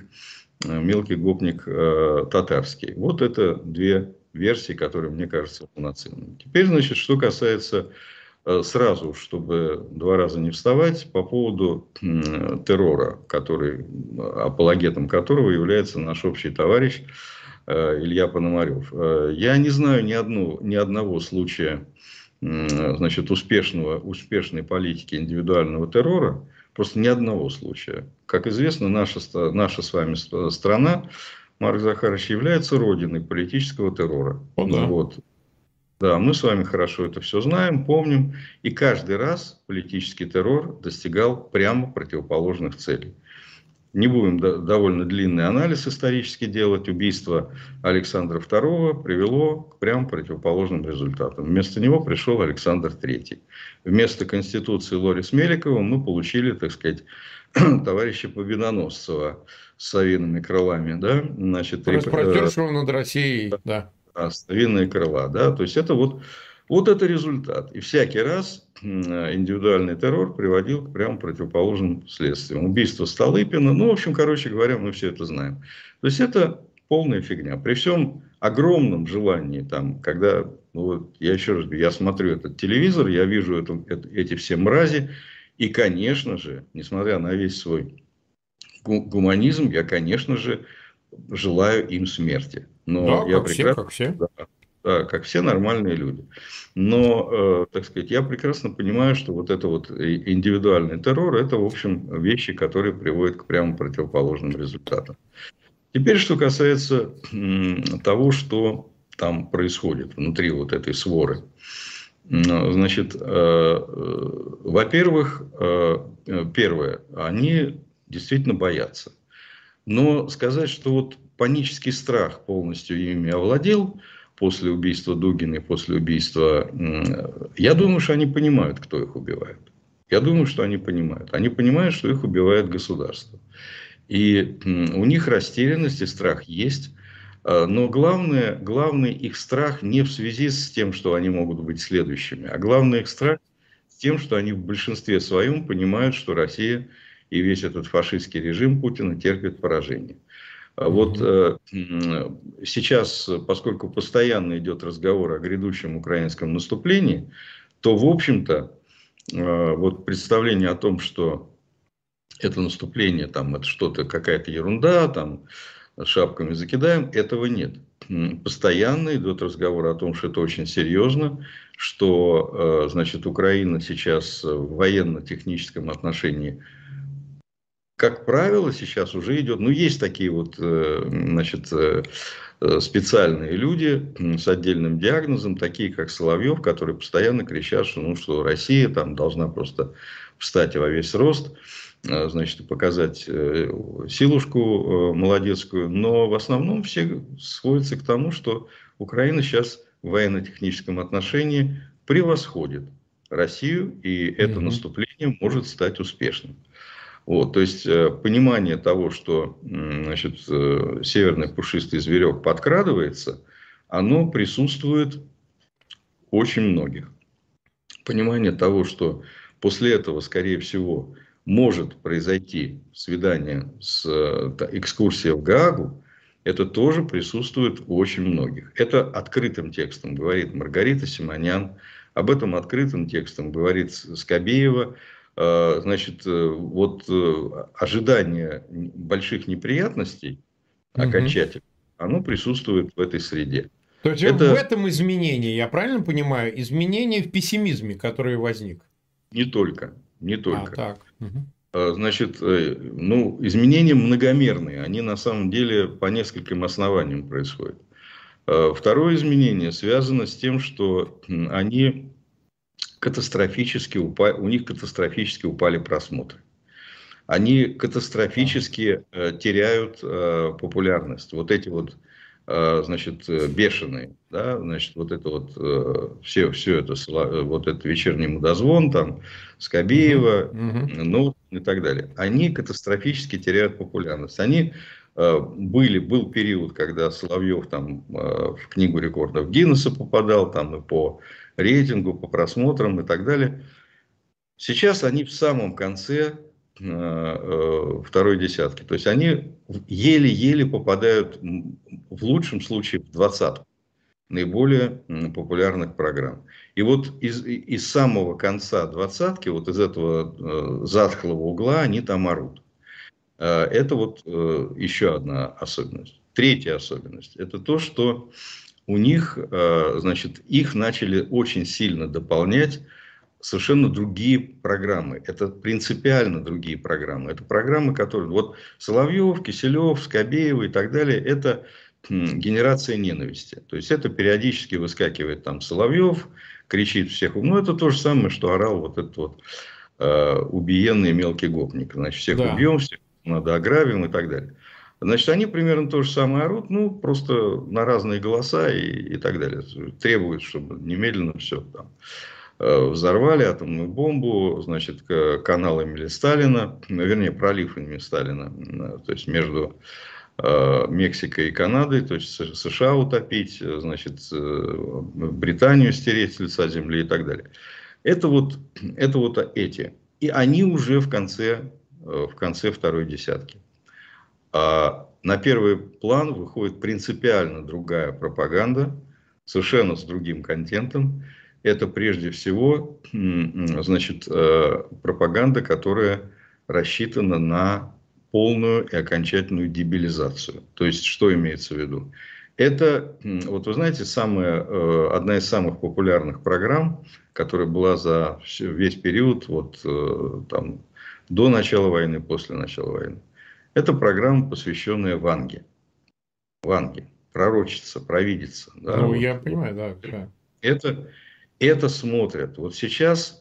татарский. Вот это две версии, которые, мне кажется, полноценными. Теперь, значит, что касается сразу, чтобы два раза не вставать, по поводу террора, апологетом которого является наш общий товарищ Илья Пономарев. Я не знаю ни одного случая, значит, успешной политики индивидуального террора, просто ни одного случая. Как известно, наша с вами страна, Марк Захарович, является родиной политического террора. Да. Вот. Да, мы с вами хорошо это все знаем, помним. И каждый раз политический террор достигал прямо противоположных целей. Не будем довольно длинный анализ исторически делать. Убийство Александра II привело к прямо противоположным результатам. Вместо него пришел Александр III. Вместо конституции Лорис Меликова мы получили, так сказать, товарища Победоносцева с совиными крылами. Да? Значит, распростершего над Россией, да. Совиные крыла, да, то есть это вот это результат. И всякий раз индивидуальный террор приводил к прямо противоположным следствиям. Убийство Столыпина, в общем, короче говоря, мы все это знаем. То есть это полная фигня. При всем огромном желании, там, когда, я еще раз говорю, я смотрю этот телевизор, я вижу эти все мрази, и, конечно же, несмотря на весь свой гуманизм, я, конечно же, желаю им смерти. Но да, я как все. Да, как все нормальные люди. Но, так сказать, я прекрасно понимаю, что вот это вот индивидуальный террор, это, в общем, вещи, которые приводят к прямо противоположным результатам. Теперь, что касается того, что там происходит внутри вот этой своры. Значит, во-первых, первое, они действительно боятся. Но сказать, что вот панический страх полностью ими овладел после убийства Дугиной, после убийства... Я думаю, что они понимают, кто их убивает. Я думаю, что они понимают. Они понимают, что их убивает государство. И у них растерянность и страх есть. Но главный их страх не в связи с тем, что они могут быть следующими, а главный их страх с тем, что они в большинстве своем понимают, что Россия и весь этот фашистский режим Путина терпит поражение. Вот сейчас, поскольку постоянно идет разговор о грядущем украинском наступлении, то, в общем-то, вот представление о том, что это наступление, там, это что-то, какая-то ерунда, там, шапками закидаем, этого нет. Постоянно идет разговор о том, что это очень серьезно, что, значит, Украина сейчас в военно-техническом отношении, как правило, сейчас уже идет, ну, есть такие вот, значит, специальные люди с отдельным диагнозом, такие как Соловьев, которые постоянно кричат, что, ну, что Россия там должна просто встать во весь рост, значит, показать силушку молодецкую. Но в основном все сходятся к тому, что Украина сейчас в военно-техническом отношении превосходит Россию, и это наступление может стать успешным. Вот, то есть, понимание того, что, значит, северный пушистый зверек подкрадывается, оно присутствует у очень многих. Понимание того, что после этого, скорее всего, может произойти свидание, экскурсия в Гаагу, это тоже присутствует у очень многих. Это открытым текстом говорит Маргарита Симонян, об этом открытым текстом говорит Скобеева. Значит, вот ожидание больших неприятностей окончательно, оно присутствует в этой среде. То есть в этом изменении, я правильно понимаю, изменение в пессимизме, который возник? Не только. Так. Значит, ну, изменения многомерные, они на самом деле по нескольким основаниям происходят. Второе изменение связано с тем, что они у них катастрофически упали просмотры. Они катастрофически теряют популярность. Вот эти вот, значит, бешеные, да, значит, вот это вот, все это, вот этот вечерний мудозвон, там, Скобеева, ну, и так далее. Они катастрофически теряют популярность. Был период, когда Соловьев там в книгу рекордов Гиннесса попадал, там и по рейтингу, по просмотрам и так далее. Сейчас они в самом конце второй десятки. То есть они еле-еле попадают, в лучшем случае, в двадцатку наиболее популярных программ. И вот из самого конца двадцатки, вот из этого затхлого угла, они там орут. Это вот еще одна особенность. Третья особенность – это то, что у них, значит, их начали очень сильно дополнять совершенно другие программы. Это принципиально другие программы. Это программы, которые... Вот Соловьев, Киселев, Скобеева и так далее – это генерация ненависти. То есть, это периодически выскакивает там Соловьев, кричит всех. Ну, это то же самое, что орал вот этот вот убиенный мелкий гопник. Значит, всех убьем, всех надо ограбим и так далее. Значит, они примерно то же самое орут, ну, просто на разные голоса и так далее. Требуют, чтобы немедленно все там взорвали атомную бомбу, значит, каналами Сталина, вернее, проливами Сталина, то есть, между Мексикой и Канадой, то есть, США утопить, значит, Британию стереть с лица земли и так далее. Это вот эти. И они уже в конце второй десятки. А на первый план выходит принципиально другая пропаганда, совершенно с другим контентом. Это прежде всего, значит, пропаганда, которая рассчитана на полную и окончательную дебилизацию. То есть, что имеется в виду? Это, вот вы знаете, одна из самых популярных программ, которая была за весь период вот, там, до начала войны, после начала войны. Это программа, посвященная Ванге. Ванге. Пророчица, провидица. Да, ну, вот. Я понимаю, да. Это смотрят. Вот сейчас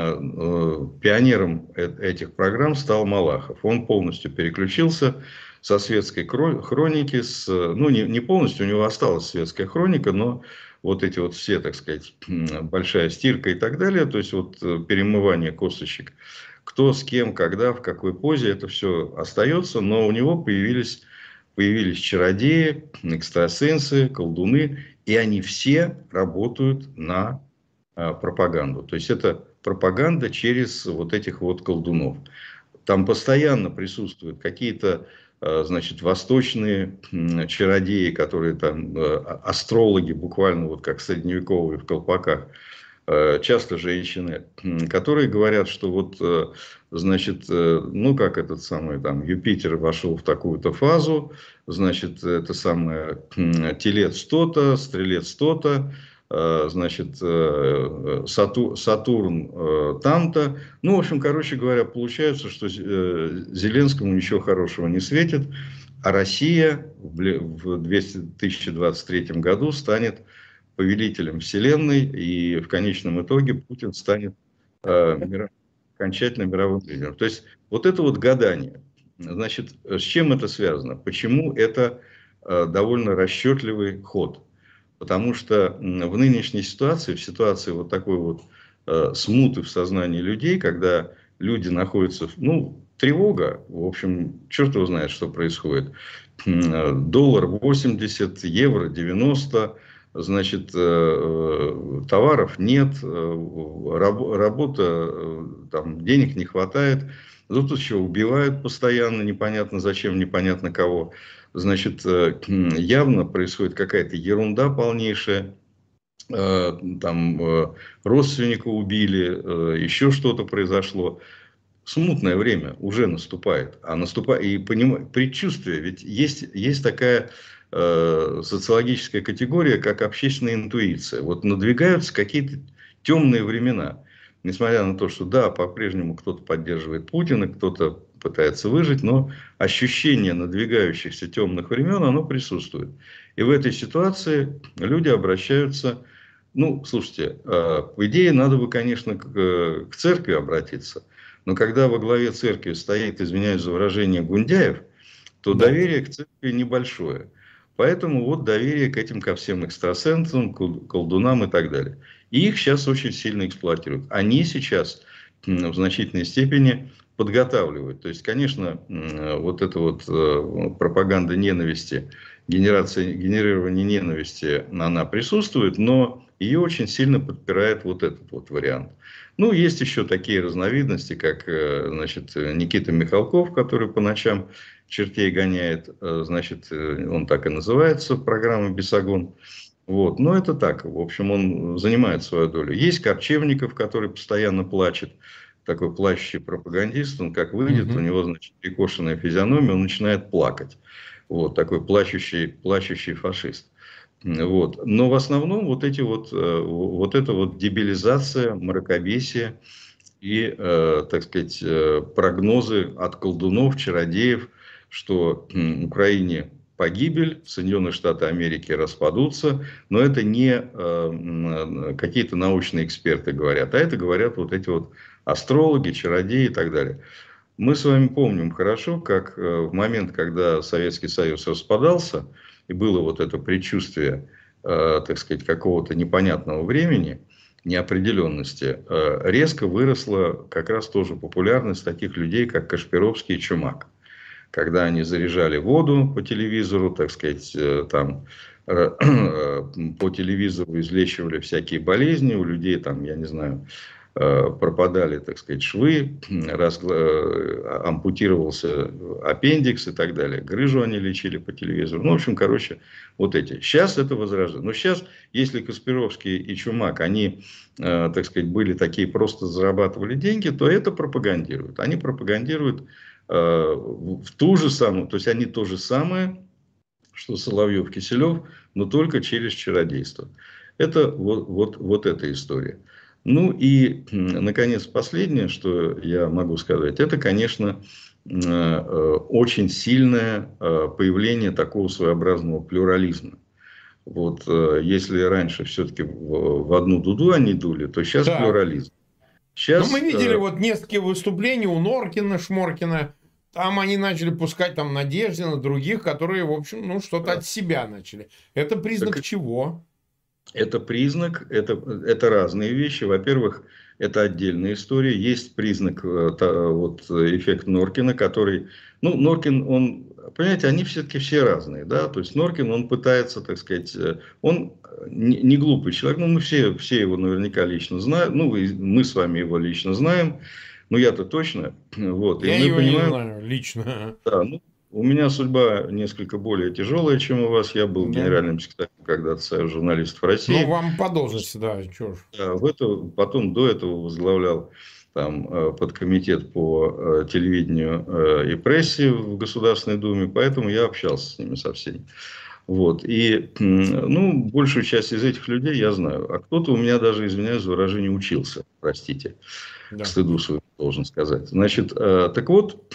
пионером этих программ стал Малахов. Он полностью переключился со светской хроники. Ну, не полностью, у него осталась светская хроника, но вот эти вот все, так сказать, большая стирка и так далее, то есть вот перемывание косточек, кто с кем, когда, в какой позе, это все остается, но у него появились чародеи, экстрасенсы, колдуны, и они все работают на пропаганду. То есть это пропаганда через вот этих вот колдунов. Там постоянно присутствуют какие-то, значит, восточные чародеи, которые там, астрологи, буквально вот как средневековые в колпаках, часто женщины, которые говорят, что вот, значит, ну, как этот самый, там, Юпитер вошел в такую-то фазу, значит, это самое, телец то-то, стрелец то-то, значит, Сатурн там-то. Ну, в общем, короче говоря, получается, что Зеленскому ничего хорошего не светит, а Россия в 2023 году станет повелителем Вселенной, и в конечном итоге Путин станет окончательно мировым лидером. То есть, вот это вот гадание. Значит, с чем это связано? Почему это довольно расчетливый ход? Потому что в нынешней ситуации, в ситуации вот такой вот смуты в сознании людей, когда люди находятся, ну, тревога, в общем, черт его знает, что происходит. Доллар 80, евро 90, значит, товаров нет, работа, там, денег не хватает, тут еще убивают постоянно, непонятно зачем, непонятно кого. Значит, явно происходит какая-то ерунда полнейшая, там родственника убили, еще что-то произошло. Смутное время уже наступает, и предчувствие, ведь есть такая социологическая категория, как общественная интуиция. Вот надвигаются какие-то темные времена. Несмотря на то, что да, по-прежнему кто-то поддерживает Путина, кто-то пытается выжить, но ощущение надвигающихся темных времен, оно присутствует. И в этой ситуации люди обращаются, ну, слушайте, по идее, надо бы, конечно, к церкви обратиться, но когда во главе церкви стоит, извиняюсь за выражение, Гундяев, то доверие к церкви небольшое. Поэтому вот доверие к этим, ко всем экстрасенсам, колдунам и так далее. И их сейчас очень сильно эксплуатируют. Они сейчас в значительной степени подготавливают. То есть, конечно, вот эта вот пропаганда ненависти, генерирование ненависти, она присутствует, но ее очень сильно подпирает вот этот вот вариант. Ну, есть еще такие разновидности, как, значит, Никита Михалков, который по ночам чертей гоняет, значит, он так и называется, программа «Бесогон». Вот. Но это так, в общем, он занимает свою долю. Есть Корчевников, который постоянно плачет, такой плачущий пропагандист, он как выйдет, у него, значит, перекошенная физиономия, он начинает плакать. Вот, такой плачущий фашист. Вот. Но в основном вот эта вот дебилизация, мракобесие и, так сказать, прогнозы от колдунов, чародеев, что Украине погибель, Соединенные Штаты Америки распадутся, но это не какие-то научные эксперты говорят, а это говорят вот эти вот астрологи, чародеи и так далее. Мы с вами помним хорошо, как в момент, когда Советский Союз распадался, и было вот это предчувствие, так сказать, какого-то непонятного времени, неопределенности, резко выросла как раз тоже популярность таких людей, как Кашпировский и Чумак. Когда они заряжали воду по телевизору, так сказать, там, по телевизору излечивали всякие болезни, у людей там, я не знаю, пропадали, так сказать, швы, ампутировался аппендикс и так далее. Грыжу они лечили по телевизору. Ну, в общем, короче, вот эти. Сейчас это возрождается. Но сейчас, если Каспировский и Чумак, они, так сказать, были такие, просто зарабатывали деньги, то это пропагандируют. Они пропагандируют в ту же самую, то есть они то же самое, что Соловьев, Киселев, но только через чародейство. Это вот эта история. Ну и, наконец, последнее, что я могу сказать, это, конечно, очень сильное появление такого своеобразного плюрализма. Вот если раньше все-таки в одну дуду они дули, то сейчас плюрализм. Сейчас, мы видели вот несколько выступлений у Норкина, Шморкина. Там они начали пускать там надежды на других, которые, в общем, ну, что-то от себя начали. Это признак чего? это признак, это разные вещи. Во-первых, это отдельная история. Есть признак, вот, эффект Норкина, который... Ну, Норкин, он... Понимаете, они все-таки все разные, да? То есть, Норкин, он пытается, так сказать... Он не глупый человек. Ну, мы все его наверняка лично знаем. Ну, мы с вами его лично знаем. Ну, я-то точно. Вот. И Я мы его не понимаем... знаю лично. Да, ну, у меня судьба несколько более тяжелая, чем у вас. Я был Да. генеральным секретарем когда-то Союза журналистов Ну, России. вам по должности, да, чё ж. Потом до этого возглавлял там подкомитет по телевидению и прессе в Государственной Думе, поэтому я общался с ними со всеми. Вот. И, ну, большую часть из этих людей я знаю. А кто-то у меня даже, извиняюсь за выражение, учился, простите, Да. к стыду своему, должен сказать. Значит, так вот,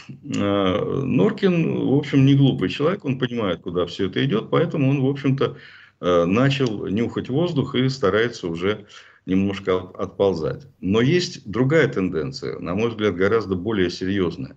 Норкин, в общем, не глупый человек, он понимает, куда все это идет, поэтому он, в общем-то, начал нюхать воздух и старается уже немножко отползать. Но есть другая тенденция, на мой взгляд, гораздо более серьезная.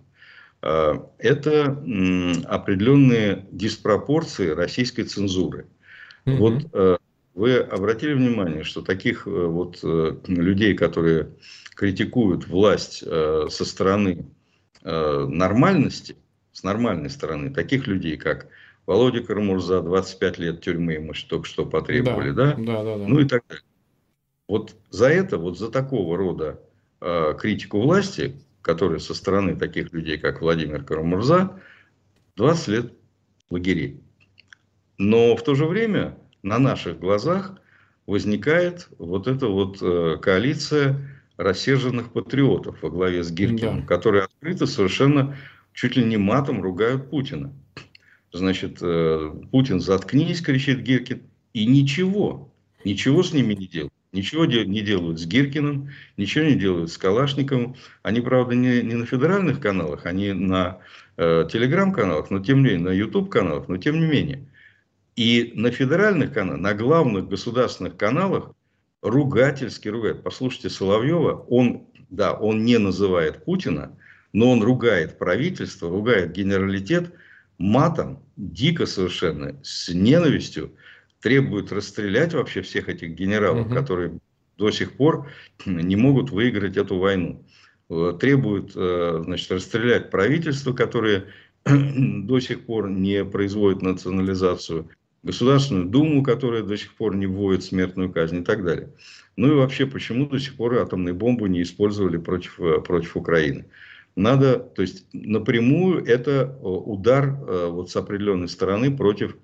Это определенные диспропорции российской цензуры. Мгм. Вот вы обратили внимание, что таких вот людей, которые критикуют власть со стороны нормальности, с нормальной стороны, таких людей, как Володя Карамурза, 25 лет тюрьмы мы только что потребовали, Да, да? да, да, да. Ну и так далее. Вот за это, вот за такого рода критику власти, которая со стороны таких людей, как Владимир Карамурза, 20 лет лагерей. Но в то же время на наших глазах возникает вот эта вот коалиция рассерженных патриотов во главе с Гиркиным, Да. которые открыто совершенно чуть ли не матом ругают Путина. Значит, Путин заткнись, кричит Гиркин, и ничего с ними не делают. Ничего не делают с Гиркиным, ничего не делают с Калашниковым. Они, правда, не на федеральных каналах, они на телеграм-каналах, но тем не менее, на YouTube-каналах, но тем не менее. И на федеральных каналах, на главных государственных каналах ругательски ругает. Послушайте Соловьева, он не называет Путина, но он ругает правительство, ругает генералитет матом, дико совершенно, с ненавистью, требует расстрелять вообще всех этих генералов, которые до сих пор не могут выиграть эту войну. Требует, значит, расстрелять правительство, которое до сих пор не производит национализацию, Государственную Думу, которая до сих пор не вводит смертную казнь и так далее. Ну и вообще, почему до сих пор атомную бомбу не использовали против Украины? Надо, то есть напрямую это удар вот с определенной стороны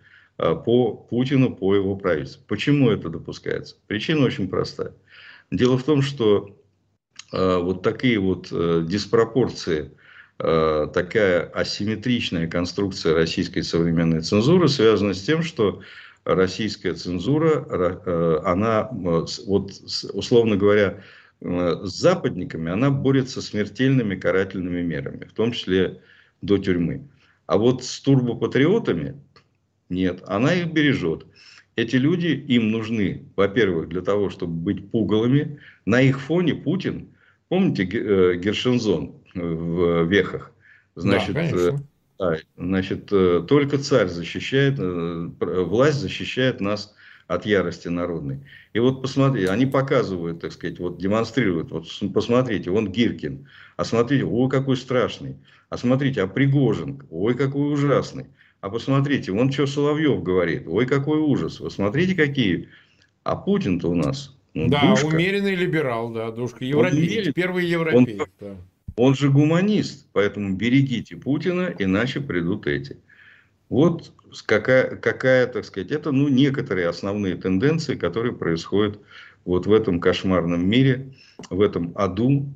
по Путину, по его правительству. Почему это допускается? Причина очень простая. Дело в том, что вот такие вот диспропорции, такая асимметричная конструкция российской современной цензуры связана с тем, что российская цензура, она, вот, условно говоря, с западниками, она борется смертельными карательными мерами, в том числе до тюрьмы. А вот с турбопатриотами нет, она их бережет. Эти люди, им нужны, во-первых, для того, чтобы быть пугалами. На их фоне Путин, помните Гершензон в «Вехах»? Да, конечно. Значит, только царь защищает, власть защищает нас от ярости народной. И вот посмотрите, они показывают, так сказать, вот демонстрируют, вот посмотрите, вон Гиркин, а смотрите, ой, какой страшный, а смотрите, а Пригожин, ой, какой ужасный. А посмотрите, вон что Соловьев говорит. Ой, какой ужас. Вы смотрите, какие. А Путин-то у нас Да, душка. умеренный либерал, да, душка. Он Европеец, первый европеец. Да. Он же гуманист. Поэтому берегите Путина, иначе придут эти. Вот какая, так сказать, это некоторые основные тенденции, которые происходят вот в этом кошмарном мире, в этом аду.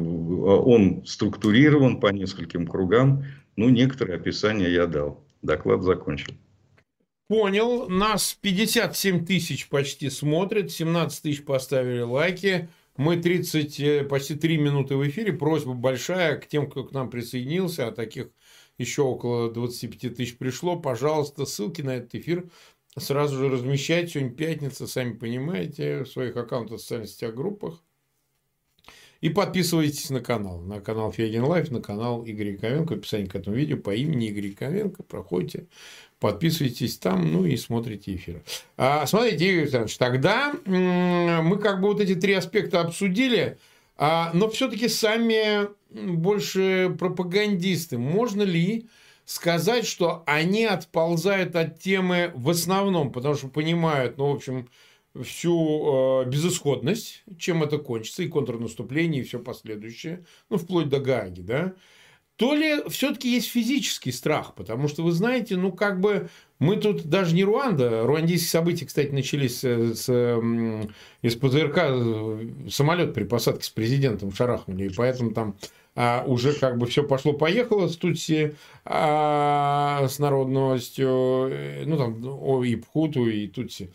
Он структурирован по нескольким кругам. Некоторые описания я дал. Доклад закончен. Понял. Нас 57 тысяч почти смотрят, 17 тысяч поставили лайки. Мы почти 3 минуты в эфире. Просьба большая к тем, кто к нам присоединился, а таких еще около 25 тысяч пришло. Пожалуйста, ссылки на этот эфир сразу же размещайте. Сегодня пятница, сами понимаете, в своих аккаунтах в социальных сетях, группах. И подписывайтесь на канал. На канал Фейгин Лайф, на канал Игоря Яковенко. Описание к этому видео по имени Игорь Яковенко. Проходите, подписывайтесь там, ну и смотрите эфиры. Смотрите, Игорь Александрович, тогда мы как бы вот эти три аспекта обсудили, но все-таки сами больше пропагандисты. Можно ли сказать, что они отползают от темы в основном, потому что понимают, ну, в общем, всю безысходность, чем это кончится, и контрнаступление, и все последующее, ну, вплоть до Гааги, да, то ли все-таки есть физический страх, потому что, вы знаете, ну, как бы мы тут даже не Руанда, руандийские события, кстати, начались из ПЗРК, самолет при посадке с президентом шарахнули, и поэтому там уже как бы все пошло-поехало с Тутси, с народностью, ну там и Пхуту, и Тутси.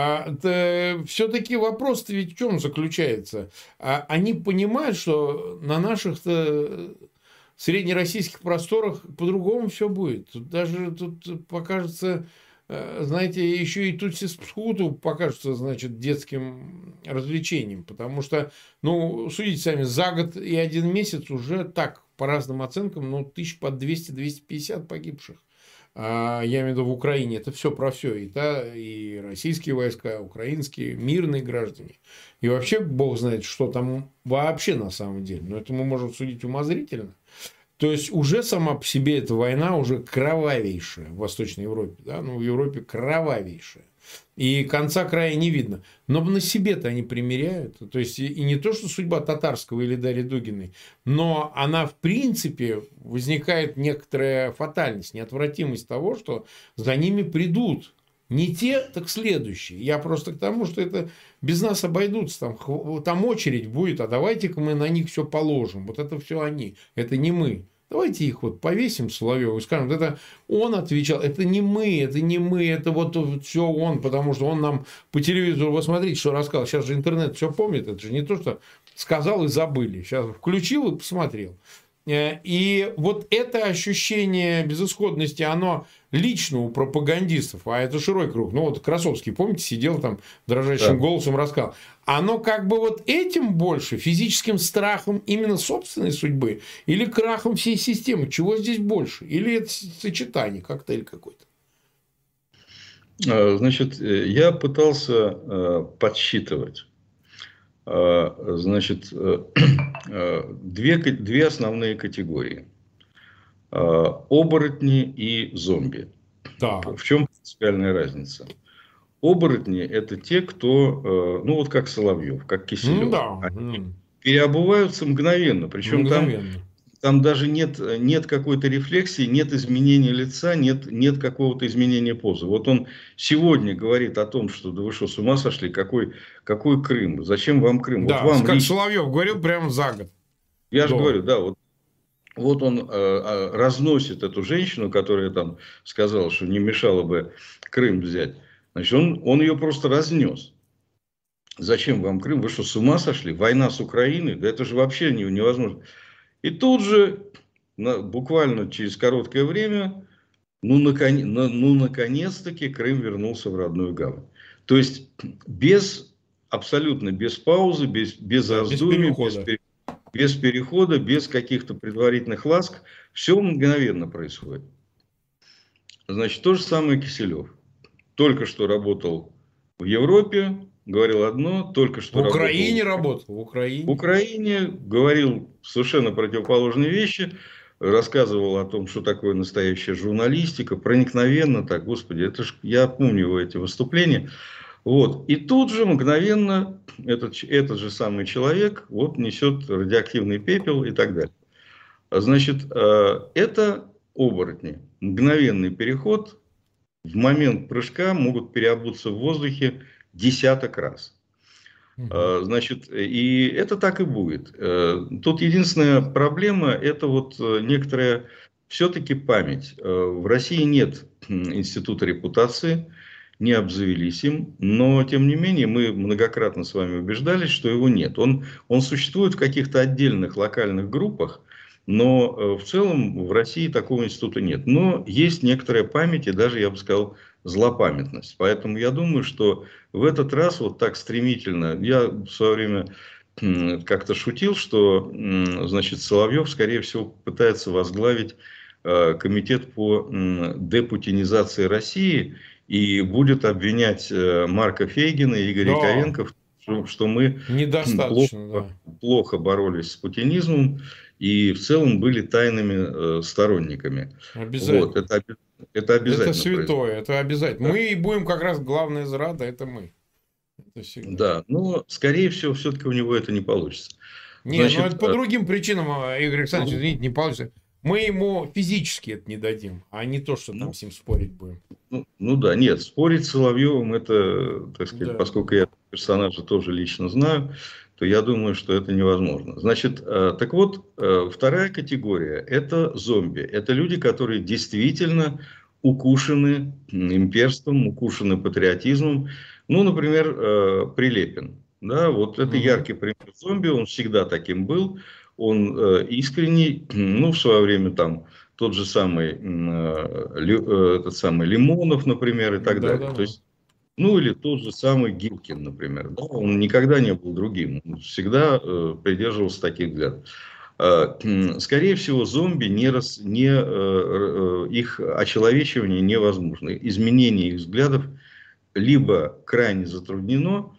Все-таки вопрос-то ведь в чем заключается? Они понимают, что на наших среднероссийских просторах по-другому все будет. Тут покажется, знаете, еще и Тутси с Пхуту покажется, значит, детским развлечением, потому что, ну, судите сами, за год и 1 месяц уже так, по разным оценкам, ну, 200-250 погибших. Я имею в виду в Украине, это все про все, и российские войска, украинские, мирные граждане, и вообще бог знает, что там вообще на самом деле, но это мы можем судить умозрительно. То есть уже сама по себе эта война уже кровавейшая в Восточной Европе, да, ну в Европе кровавейшая. И конца края не видно. Но на себе-то они примеряют. То есть и не то, что судьба Татарского или Дарьи Дугиной, но она в принципе возникает некоторая фатальность, неотвратимость того, что за ними придут. Не те, так следующие. Я просто к тому, что это без нас обойдутся. Там очередь будет, а давайте-ка мы на них все положим. Вот это все они, это не мы. Давайте их вот повесим Соловьеву и скажем, это он отвечал, это не мы, это вот все он, потому что он нам по телевизору, вы смотрите, что рассказал. Сейчас же интернет все помнит, это же не то, что сказал и забыли. Сейчас включил и посмотрел. И вот это ощущение безысходности, оно лично у пропагандистов, а это широкий круг. Ну, вот Красовский, помните, сидел там дрожащим голосом рассказал. Оно как бы вот этим больше, физическим страхом именно собственной судьбы или крахом всей системы. Чего здесь больше? Или это сочетание, коктейль какой-то? Значит, я пытался подсчитывать. Значит, две основные категории. Оборотни и зомби. Так. В чем принципиальная разница? Оборотни – это те, кто, ну вот как Соловьев, как Киселев. Да. Они переобуваются мгновенно. Причем там даже нет какой-то рефлексии, нет изменения лица, нет какого-то изменения позы. Вот он сегодня говорит о том, что да вы что, с ума сошли, какой Крым, зачем вам Крым? Да, вот вам как Соловьев говорил прямо за год. Я же говорю, да, вот он разносит эту женщину, которая там сказала, что не мешало бы Крым взять. Значит, он ее просто разнес. Зачем вам Крым? Вы что, с ума сошли? Война с Украиной? Да это же вообще невозможно. И тут же, буквально через короткое время, наконец-таки Крым вернулся в родную гавань. То есть, абсолютно без паузы, без раздумий, без перехода, без каких-то предварительных ласк. Все мгновенно происходит. Значит, то же самое Киселев. Только что работал в Европе, говорил одно, только что в Украине работал. В Украине говорил совершенно противоположные вещи, рассказывал о том, что такое настоящая журналистика, проникновенно так, господи, это ж, я помню его эти выступления. Вот. И тут же мгновенно этот же самый человек вот несет радиоактивный пепел и так далее. Значит, это оборотни. Мгновенный переход. В момент прыжка могут переобуться в воздухе десяток раз. Значит, и это так и будет. Тут единственная проблема, это вот некоторая все-таки память. В России нет института репутации, не обзавелись им, но тем не менее мы многократно с вами убеждались, что его нет. Он существует в каких-то отдельных локальных группах, но в целом в России такого института нет. Но есть некоторая память и даже, я бы сказал, злопамятность. Поэтому я думаю, что в этот раз вот так стремительно, я в свое время как-то шутил, что, значит, Соловьев, скорее всего, пытается возглавить комитет по депутинизации России и будет обвинять Марка Фейгина и Игоря Да, Яковенко, что мы недостаточно, плохо, да. плохо боролись с путинизмом и в целом были тайными сторонниками. Вот, Обязательно. это Это обязательно произойдет. святое, это обязательно. Да. Мы будем как раз главная зрада, это мы. Это всегда. Да, но, скорее всего, все-таки у него это не получится. Не, ну Значит, это по другим причинам, Игорь Александрович, ну, извините, не получится. Мы ему физически это не дадим, а не то, что там ну, с ним спорить будем. ну да, нет, спорить с Соловьевым, это, так сказать, Да. поскольку я персонажа тоже лично знаю, то я думаю, что это невозможно. Значит, так вот, вторая категория – это зомби. Это люди, которые действительно укушены имперством, укушены патриотизмом. Ну, например, Прилепин. Да, вот это Мгм. яркий пример зомби, он всегда таким был. Он искренний, ну, в свое время там тот же самый, этот самый Лимонов, например, и так далее. То Да-да-да. есть, ну, или тот же самый Гиркин, например. Да, он никогда не был другим. Он всегда придерживался таких взглядов. Скорее всего, зомби их очеловечивание невозможно. Изменение их взглядов либо крайне затруднено,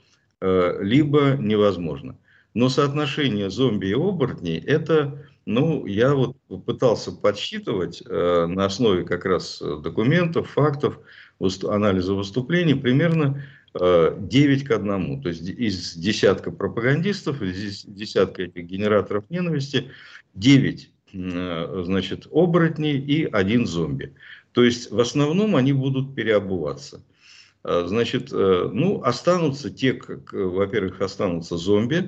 либо невозможно. Но соотношение зомби и оборотней, это, ну, я вот пытался подсчитывать на основе как раз документов, фактов, анализа выступлений, примерно 9 к 1. То есть из десятка пропагандистов, из десятка этих генераторов ненависти, 9 значит, оборотней и 1 зомби. То есть в основном они будут переобуваться. Значит, ну, останутся те, во-первых, останутся зомби,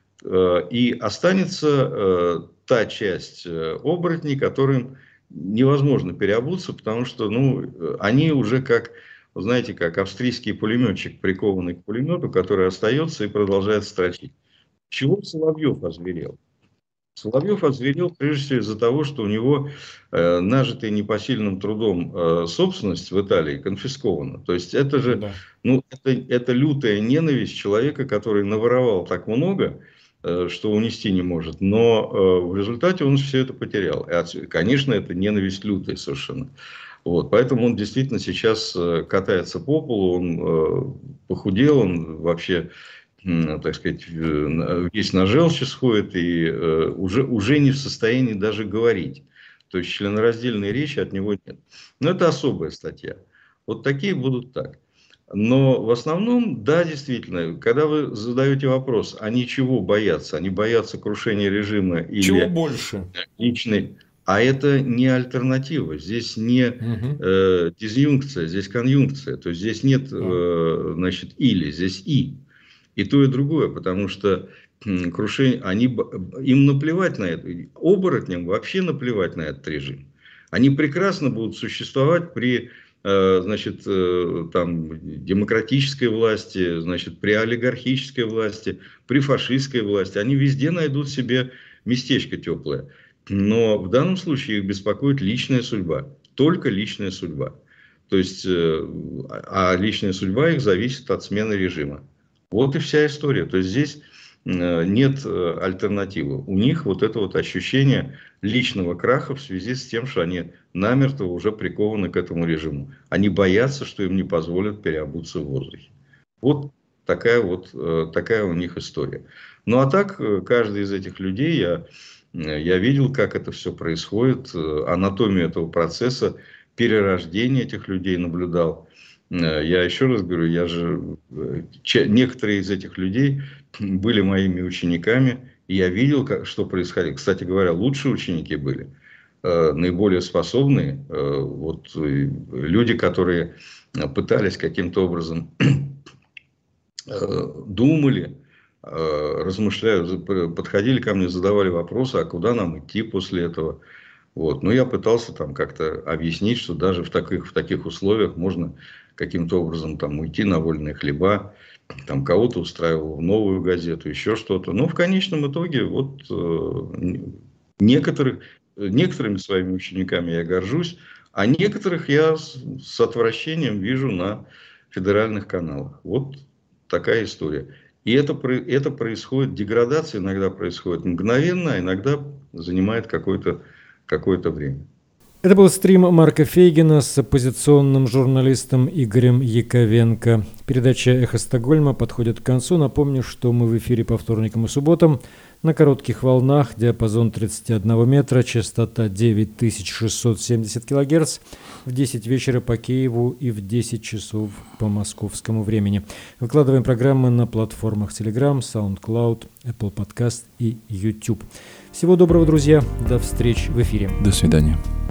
и останется та часть оборотней, которым невозможно переобуться, потому что, ну, они уже как, знаете, как австрийский пулеметчик, прикованный к пулемету, который остается и продолжает строчить. Чего Соловьев озверел? Соловьев озверел прежде всего из-за того, что у него нажитая непосильным трудом собственность в Италии конфискована. То есть это же, Да. ну, это лютая ненависть человека, который наворовал так много, что унести не может. Но в результате он все это потерял. И, конечно, это ненависть лютая совершенно. Вот, поэтому он действительно сейчас катается по полу, он похудел, он вообще, так сказать, весь на желчи сходит и уже не в состоянии даже говорить. То есть членораздельной речи от него нет. Но это особая статья. Вот такие будут так. Но в основном, да, действительно, когда вы задаете вопрос, они чего боятся? Они боятся крушения режима Чего или больше? личной... А это не альтернатива. Здесь не Мгм. дизъюнкция, здесь конъюнкция. То есть здесь нет, Да. значит, или, здесь и. И то, и другое, потому что крушение, им наплевать на это. Оборотням вообще наплевать на этот режим. Они прекрасно будут существовать при, значит, там, демократической власти, значит, при олигархической власти, при фашистской власти. Они везде найдут себе местечко теплое. Но в данном случае их беспокоит личная судьба. Только личная судьба. То есть, а личная судьба их зависит от смены режима. Вот и вся история. То есть здесь нет альтернативы. У них вот это вот ощущение личного краха в связи с тем, что они намертво уже прикованы к этому режиму. Они боятся, что им не позволят переобуться в воздухе. Вот такая у них история. Ну а так, каждый из этих людей, я видел, как это все происходит, анатомию этого процесса, перерождение этих людей наблюдал. Я еще раз говорю, некоторые из этих людей были моими учениками, и я видел, что происходило. Кстати говоря, лучшие ученики были, наиболее способные, вот, люди, которые пытались каким-то образом думали, размышляли, подходили ко мне, задавали вопросы, а куда нам идти после этого. Вот. Но я пытался там как-то объяснить, что даже в таких условиях можно каким-то образом там уйти на вольные хлеба, там кого-то устраивал в новую газету, еще что-то. Но в конечном итоге вот некоторыми своими учениками я горжусь, а некоторых я с отвращением вижу на федеральных каналах. Вот такая история. И это происходит, деградация иногда происходит мгновенно, а иногда занимает какое-то время. Это был стрим Марка Фейгина с оппозиционным журналистом Игорем Яковенко. Передача «Эхо Стокгольма» подходит к концу. Напомню, что мы в эфире по вторникам и субботам на коротких волнах, диапазон 31 метра, частота 9670 кГц, в 10 вечера по Киеву и в 10 часов по московскому времени. Выкладываем программы на платформах Telegram, SoundCloud, Apple Podcast и YouTube. Всего доброго, друзья. До встречи в эфире. До свидания.